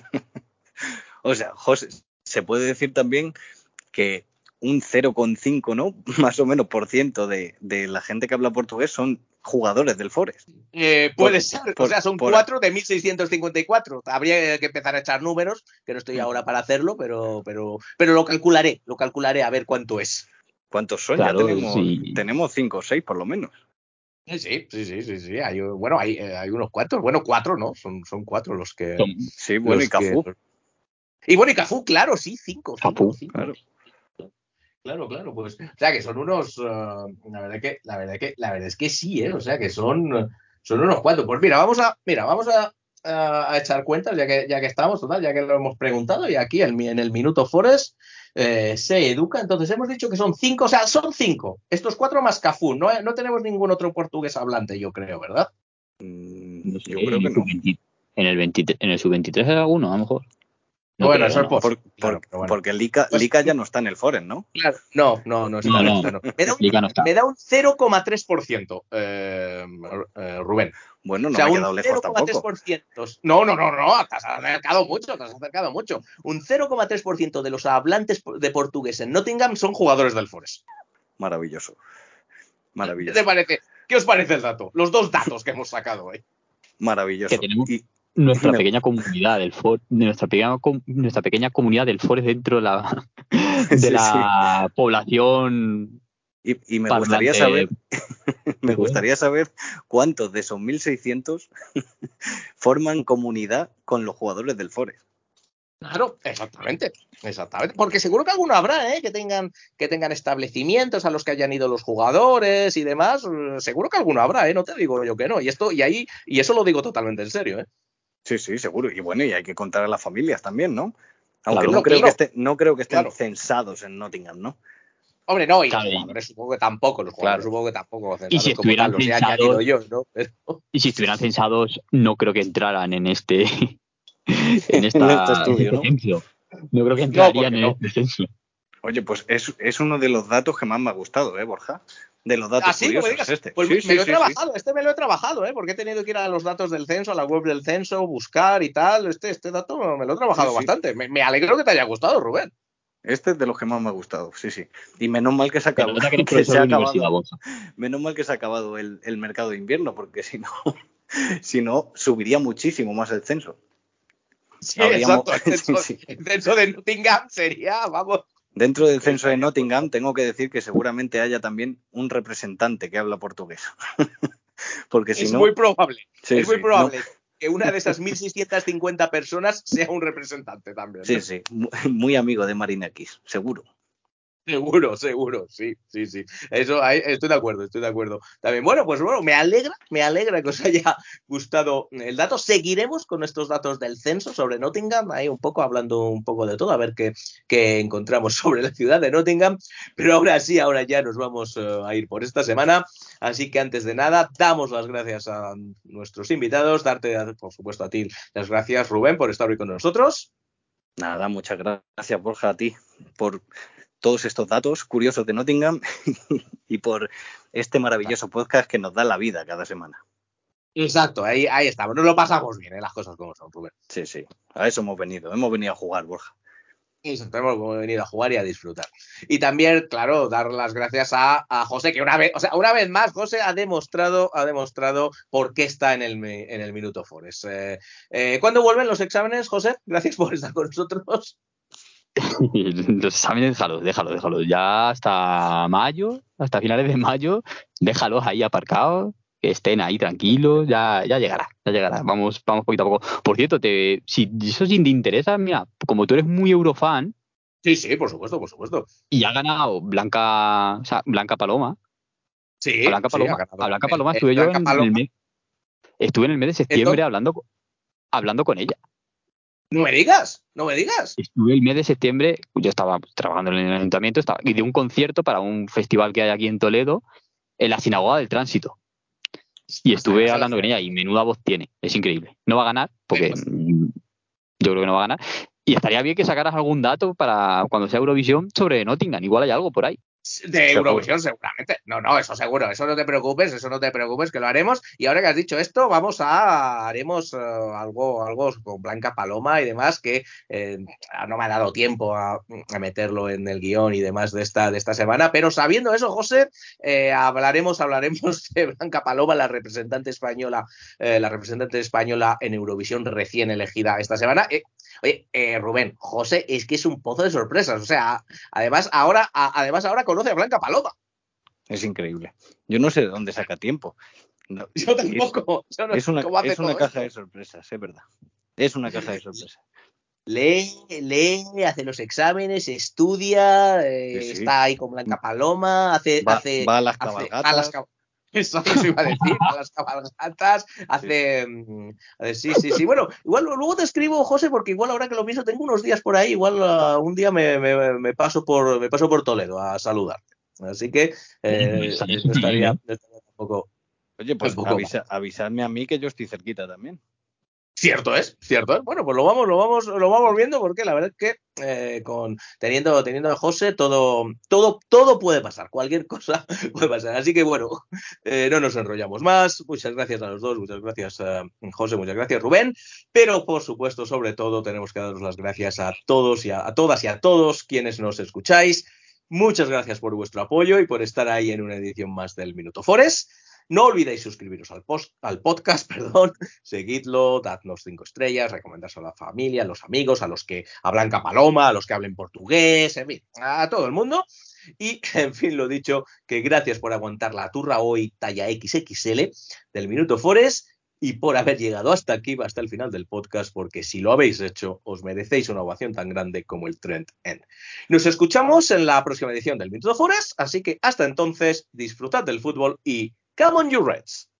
O sea, José, se puede decir también que un cero coma cinco, ¿no? Más o menos por ciento de, de la gente que habla portugués son jugadores del Forest. Eh, puede Por- ser, por- o sea, son por- cuatro de mil seiscientos cincuenta y cuatro. Habría que empezar a echar números, que no estoy ahora para hacerlo, pero, pero, pero lo calcularé, lo calcularé a ver cuánto es. ¿Cuántos son? Claro, ya tenemos, sí. tenemos cinco o seis por lo menos. Sí, sí, sí, sí, sí, sí. Hay, bueno, hay, eh, hay unos cuantos, bueno, cuatro, ¿no? Son, son cuatro los que. Son Sí, bueno, los y Cafú. que- Y bueno, y Cafú, claro, sí, cinco, cinco, Cafú, cinco. claro. Claro, claro, pues, o sea, que son unos, uh, la verdad que, la verdad que, la verdad es que sí, ¿eh? O sea, que son, son unos cuantos. Pues mira, vamos a, mira, vamos a, a, a echar cuentas, ya que, ya que estamos, total, ya que lo hemos preguntado, y aquí en, en el Minuto Forest eh, se educa, entonces hemos dicho que son cinco, o sea, son cinco, estos cuatro más Cafú, no, no tenemos ningún otro portugués hablante, yo creo, ¿verdad? Mm, No sé, yo creo en que el no. sub veinte en el veintitrés, en el sub veintitrés hay alguno, a lo mejor. No bueno, creo, eso es ¿no? posible, Por- claro, por- pero bueno. Porque Lica, Pues- Lica ya no está en el Forest, ¿no? Claro, no, no, no, No, no. está, no. Me da un, Liga no está. me da un cero coma tres por ciento, eh, eh, Rubén. Bueno, O no sea, me he un quedado lejos cero coma tres tampoco. por ciento. No, no, no, no, te has acercado mucho, te has acercado mucho. Un cero coma tres por ciento de los hablantes de portugués en Nottingham son jugadores del Forest. Maravilloso. ¿Qué Maravilloso. te parece? ¿Qué os parece el dato? Los dos datos que hemos sacado hoy. Maravilloso. Que tenemos Y nuestra me- pequeña comunidad del for, nuestra pequeña com- nuestra pequeña comunidad del Forest dentro de la de Sí, la población Y, y me parlante. gustaría saber, me gustaría saber cuántos de esos mil seiscientos forman comunidad con los jugadores del Forest. Claro, exactamente, exactamente. Porque seguro que alguno habrá, ¿eh? Que tengan, que tengan establecimientos a los que hayan ido los jugadores y demás. eh, Seguro que alguno habrá, ¿eh? No te digo yo que no. Y esto, y ahí, y eso lo digo totalmente en serio, ¿eh? Sí, sí, seguro. Y bueno, y hay que contar a las familias también, ¿no? Aunque Claro, no, creo claro. que esté, no creo que estén Claro. censados en Nottingham, ¿no? Hombre, no, y los Claro, y- jugadores supongo que tampoco, los jugadores Claro. supongo que tampoco Y si censados como estuvieran tal, los he añadido censados, yo, ¿no? Pero- y si estuvieran censados, no creo que entraran en este en En esta este estudio, en este ¿no? censo. No creo que No, entrarían porque en no. este censo. Oye, pues es, es uno de los datos que más me ha gustado, ¿eh, Borja? De los datos Ah, sí, no me curiosos, digas. este. Pues Sí, me sí, lo he sí, trabajado, este me lo he trabajado, ¿eh? Porque he tenido que ir a los datos del censo, a la web del censo, buscar y tal. Este, este dato me lo he trabajado Sí, sí. bastante. Me, me alegro que te haya gustado, Rubén. Este es de los que más me ha gustado, sí, sí. Y menos mal que se, Se acabó, nota que eres que profesor se ha de universidad, acabado. Borja. Menos mal que se ha acabado el, el mercado de invierno, porque si no, si no, subiría muchísimo más el censo. Sí, Habríamos- exacto. El censo, sí, sí. el censo de Nottingham sería, vamos. Dentro del censo de Estaría Nottingham tengo que decir que seguramente haya también un representante que habla portugués. Porque si Es no, muy probable. sí, es muy sí, probable no. que una de esas mil seiscientas cincuenta personas sea un representante también. Sí, sí, mu- muy amigo de Marinakis, seguro. Seguro, seguro, sí, sí, sí. Eso, ahí estoy de acuerdo, estoy de acuerdo. También, bueno, pues bueno, me alegra, me alegra que os haya gustado el dato. Seguiremos con estos datos del censo sobre Nottingham, ahí un poco hablando un poco de todo, a ver qué, qué encontramos sobre la ciudad de Nottingham. Pero ahora sí, ahora ya nos vamos eh, a ir por esta semana. Así que antes de nada, damos las gracias a nuestros invitados, darte, por supuesto, a ti las gracias, Rubén, por estar hoy con nosotros. Nada, muchas gracias, Borja, a ti por todos estos datos curiosos de Nottingham y por este maravilloso podcast que nos da la vida cada semana. Exacto, ahí, ahí estamos. Nos lo pasamos bien, ¿eh? Las cosas como son, Rubén. Sí, sí, a eso hemos venido, hemos venido a jugar, Borja. Eso, tenemos que venir a jugar y a disfrutar. Y también, claro, dar las gracias a, a José, que una vez, o sea, una vez más, José ha demostrado, ha demostrado por qué está en el, en el Minuto Forest. Eh, eh, ¿Cuándo vuelven los exámenes, José? Gracias por estar con nosotros. Los exámenes, déjalos, déjalos, déjalos. Ya hasta mayo, hasta finales de mayo, déjalos ahí aparcados, que estén ahí tranquilos, ya, ya llegará, ya llegará. Vamos, vamos poquito a poco. Por cierto, te, si eso sí te interesa, mira, como tú eres muy eurofan Sí, sí, por supuesto, por supuesto. y ha ganado Blanca, o sea, Blanca Paloma, Sí, a Blanca sí, Paloma, ha ganado. a Blanca Eh, Paloma eh, estuve yo Blanca en, Paloma. el mes, estuve en el mes de septiembre Entonces- hablando, co- hablando con ella. No me digas, no me digas. Estuve el mes de septiembre, yo estaba trabajando en el ayuntamiento, estaba, y de un concierto para un festival que hay aquí en Toledo, en la Sinagoga del Tránsito. Y estuve hablando con ella y menuda voz tiene, es increíble. No va a ganar, porque Pues- mm, yo creo que no va a ganar. Y estaría bien que sacaras algún dato para cuando sea Eurovisión sobre Nottingham, igual hay algo por ahí. De Seguro. Eurovisión, seguramente. No, no, eso seguro, eso no te preocupes, eso no te preocupes, que lo haremos. Y ahora que has dicho esto, vamos a haremos uh, algo, algo con Blanca Paloma y demás, que eh, no me ha dado tiempo a, a meterlo en el guión y demás de esta, de esta semana. Pero sabiendo eso, José, eh, hablaremos, hablaremos de Blanca Paloma, la representante española, eh, la representante española en Eurovisión recién elegida esta semana. Eh, Oye, eh, Rubén, José, es que es un pozo de sorpresas. O sea, además ahora, a, además ahora conoce a Blanca Paloma. Es increíble. Yo no sé de dónde saca tiempo. No, Yo tampoco. Es, Yo no es sé una, cómo hace es una todo caja esto. de sorpresas, es verdad. Es una caja de sorpresas. Lee, lee, hace los exámenes, estudia, eh, Sí, sí. está ahí con Blanca Paloma, hace, Va, hace, va a las hace a las cabalgatas. cab- Eso, eso iba a decir, a las cabalgatas, hace... mm, eh, Sí, sí, sí. Bueno, igual luego te escribo, José, porque igual ahora que lo pienso, tengo unos días por ahí, igual uh, un día me, me, me paso por, me paso por Toledo a saludarte. Así que eh, Estaría no, súper bien, estaría, ¿eh? no estaría tampoco, Oye, pues tampoco mal. avisa, avisadme a mí que yo estoy cerquita también. Cierto es, cierto es. Bueno, pues lo vamos, lo vamos, lo vamos viendo porque la verdad es que eh, con teniendo, teniendo a José todo, todo, todo puede pasar, cualquier cosa puede pasar. Así que bueno, eh, no nos enrollamos más. Muchas gracias a los dos, muchas gracias eh, José, muchas gracias Rubén. Pero por supuesto, sobre todo, tenemos que daros las gracias a todos y a, a todas y a todos quienes nos escucháis. Muchas gracias por vuestro apoyo y por estar ahí en una edición más del Minuto Forest. No olvidéis suscribiros al, post, al podcast, perdón, seguidlo, dadnos cinco estrellas, recomendárselo a la familia, a los amigos, a los que a Blanca Paloma, a los que hablen portugués, en fin, a todo el mundo. Y, en fin, lo dicho, que gracias por aguantar la turra hoy talla equis equis ele del Minuto Forest y por haber llegado hasta aquí, hasta el final del podcast, porque si lo habéis hecho, os merecéis una ovación tan grande como el Trend End. Nos escuchamos en la próxima edición del Minuto Forest, así que hasta entonces, disfrutad del fútbol y ¡come on you Reds!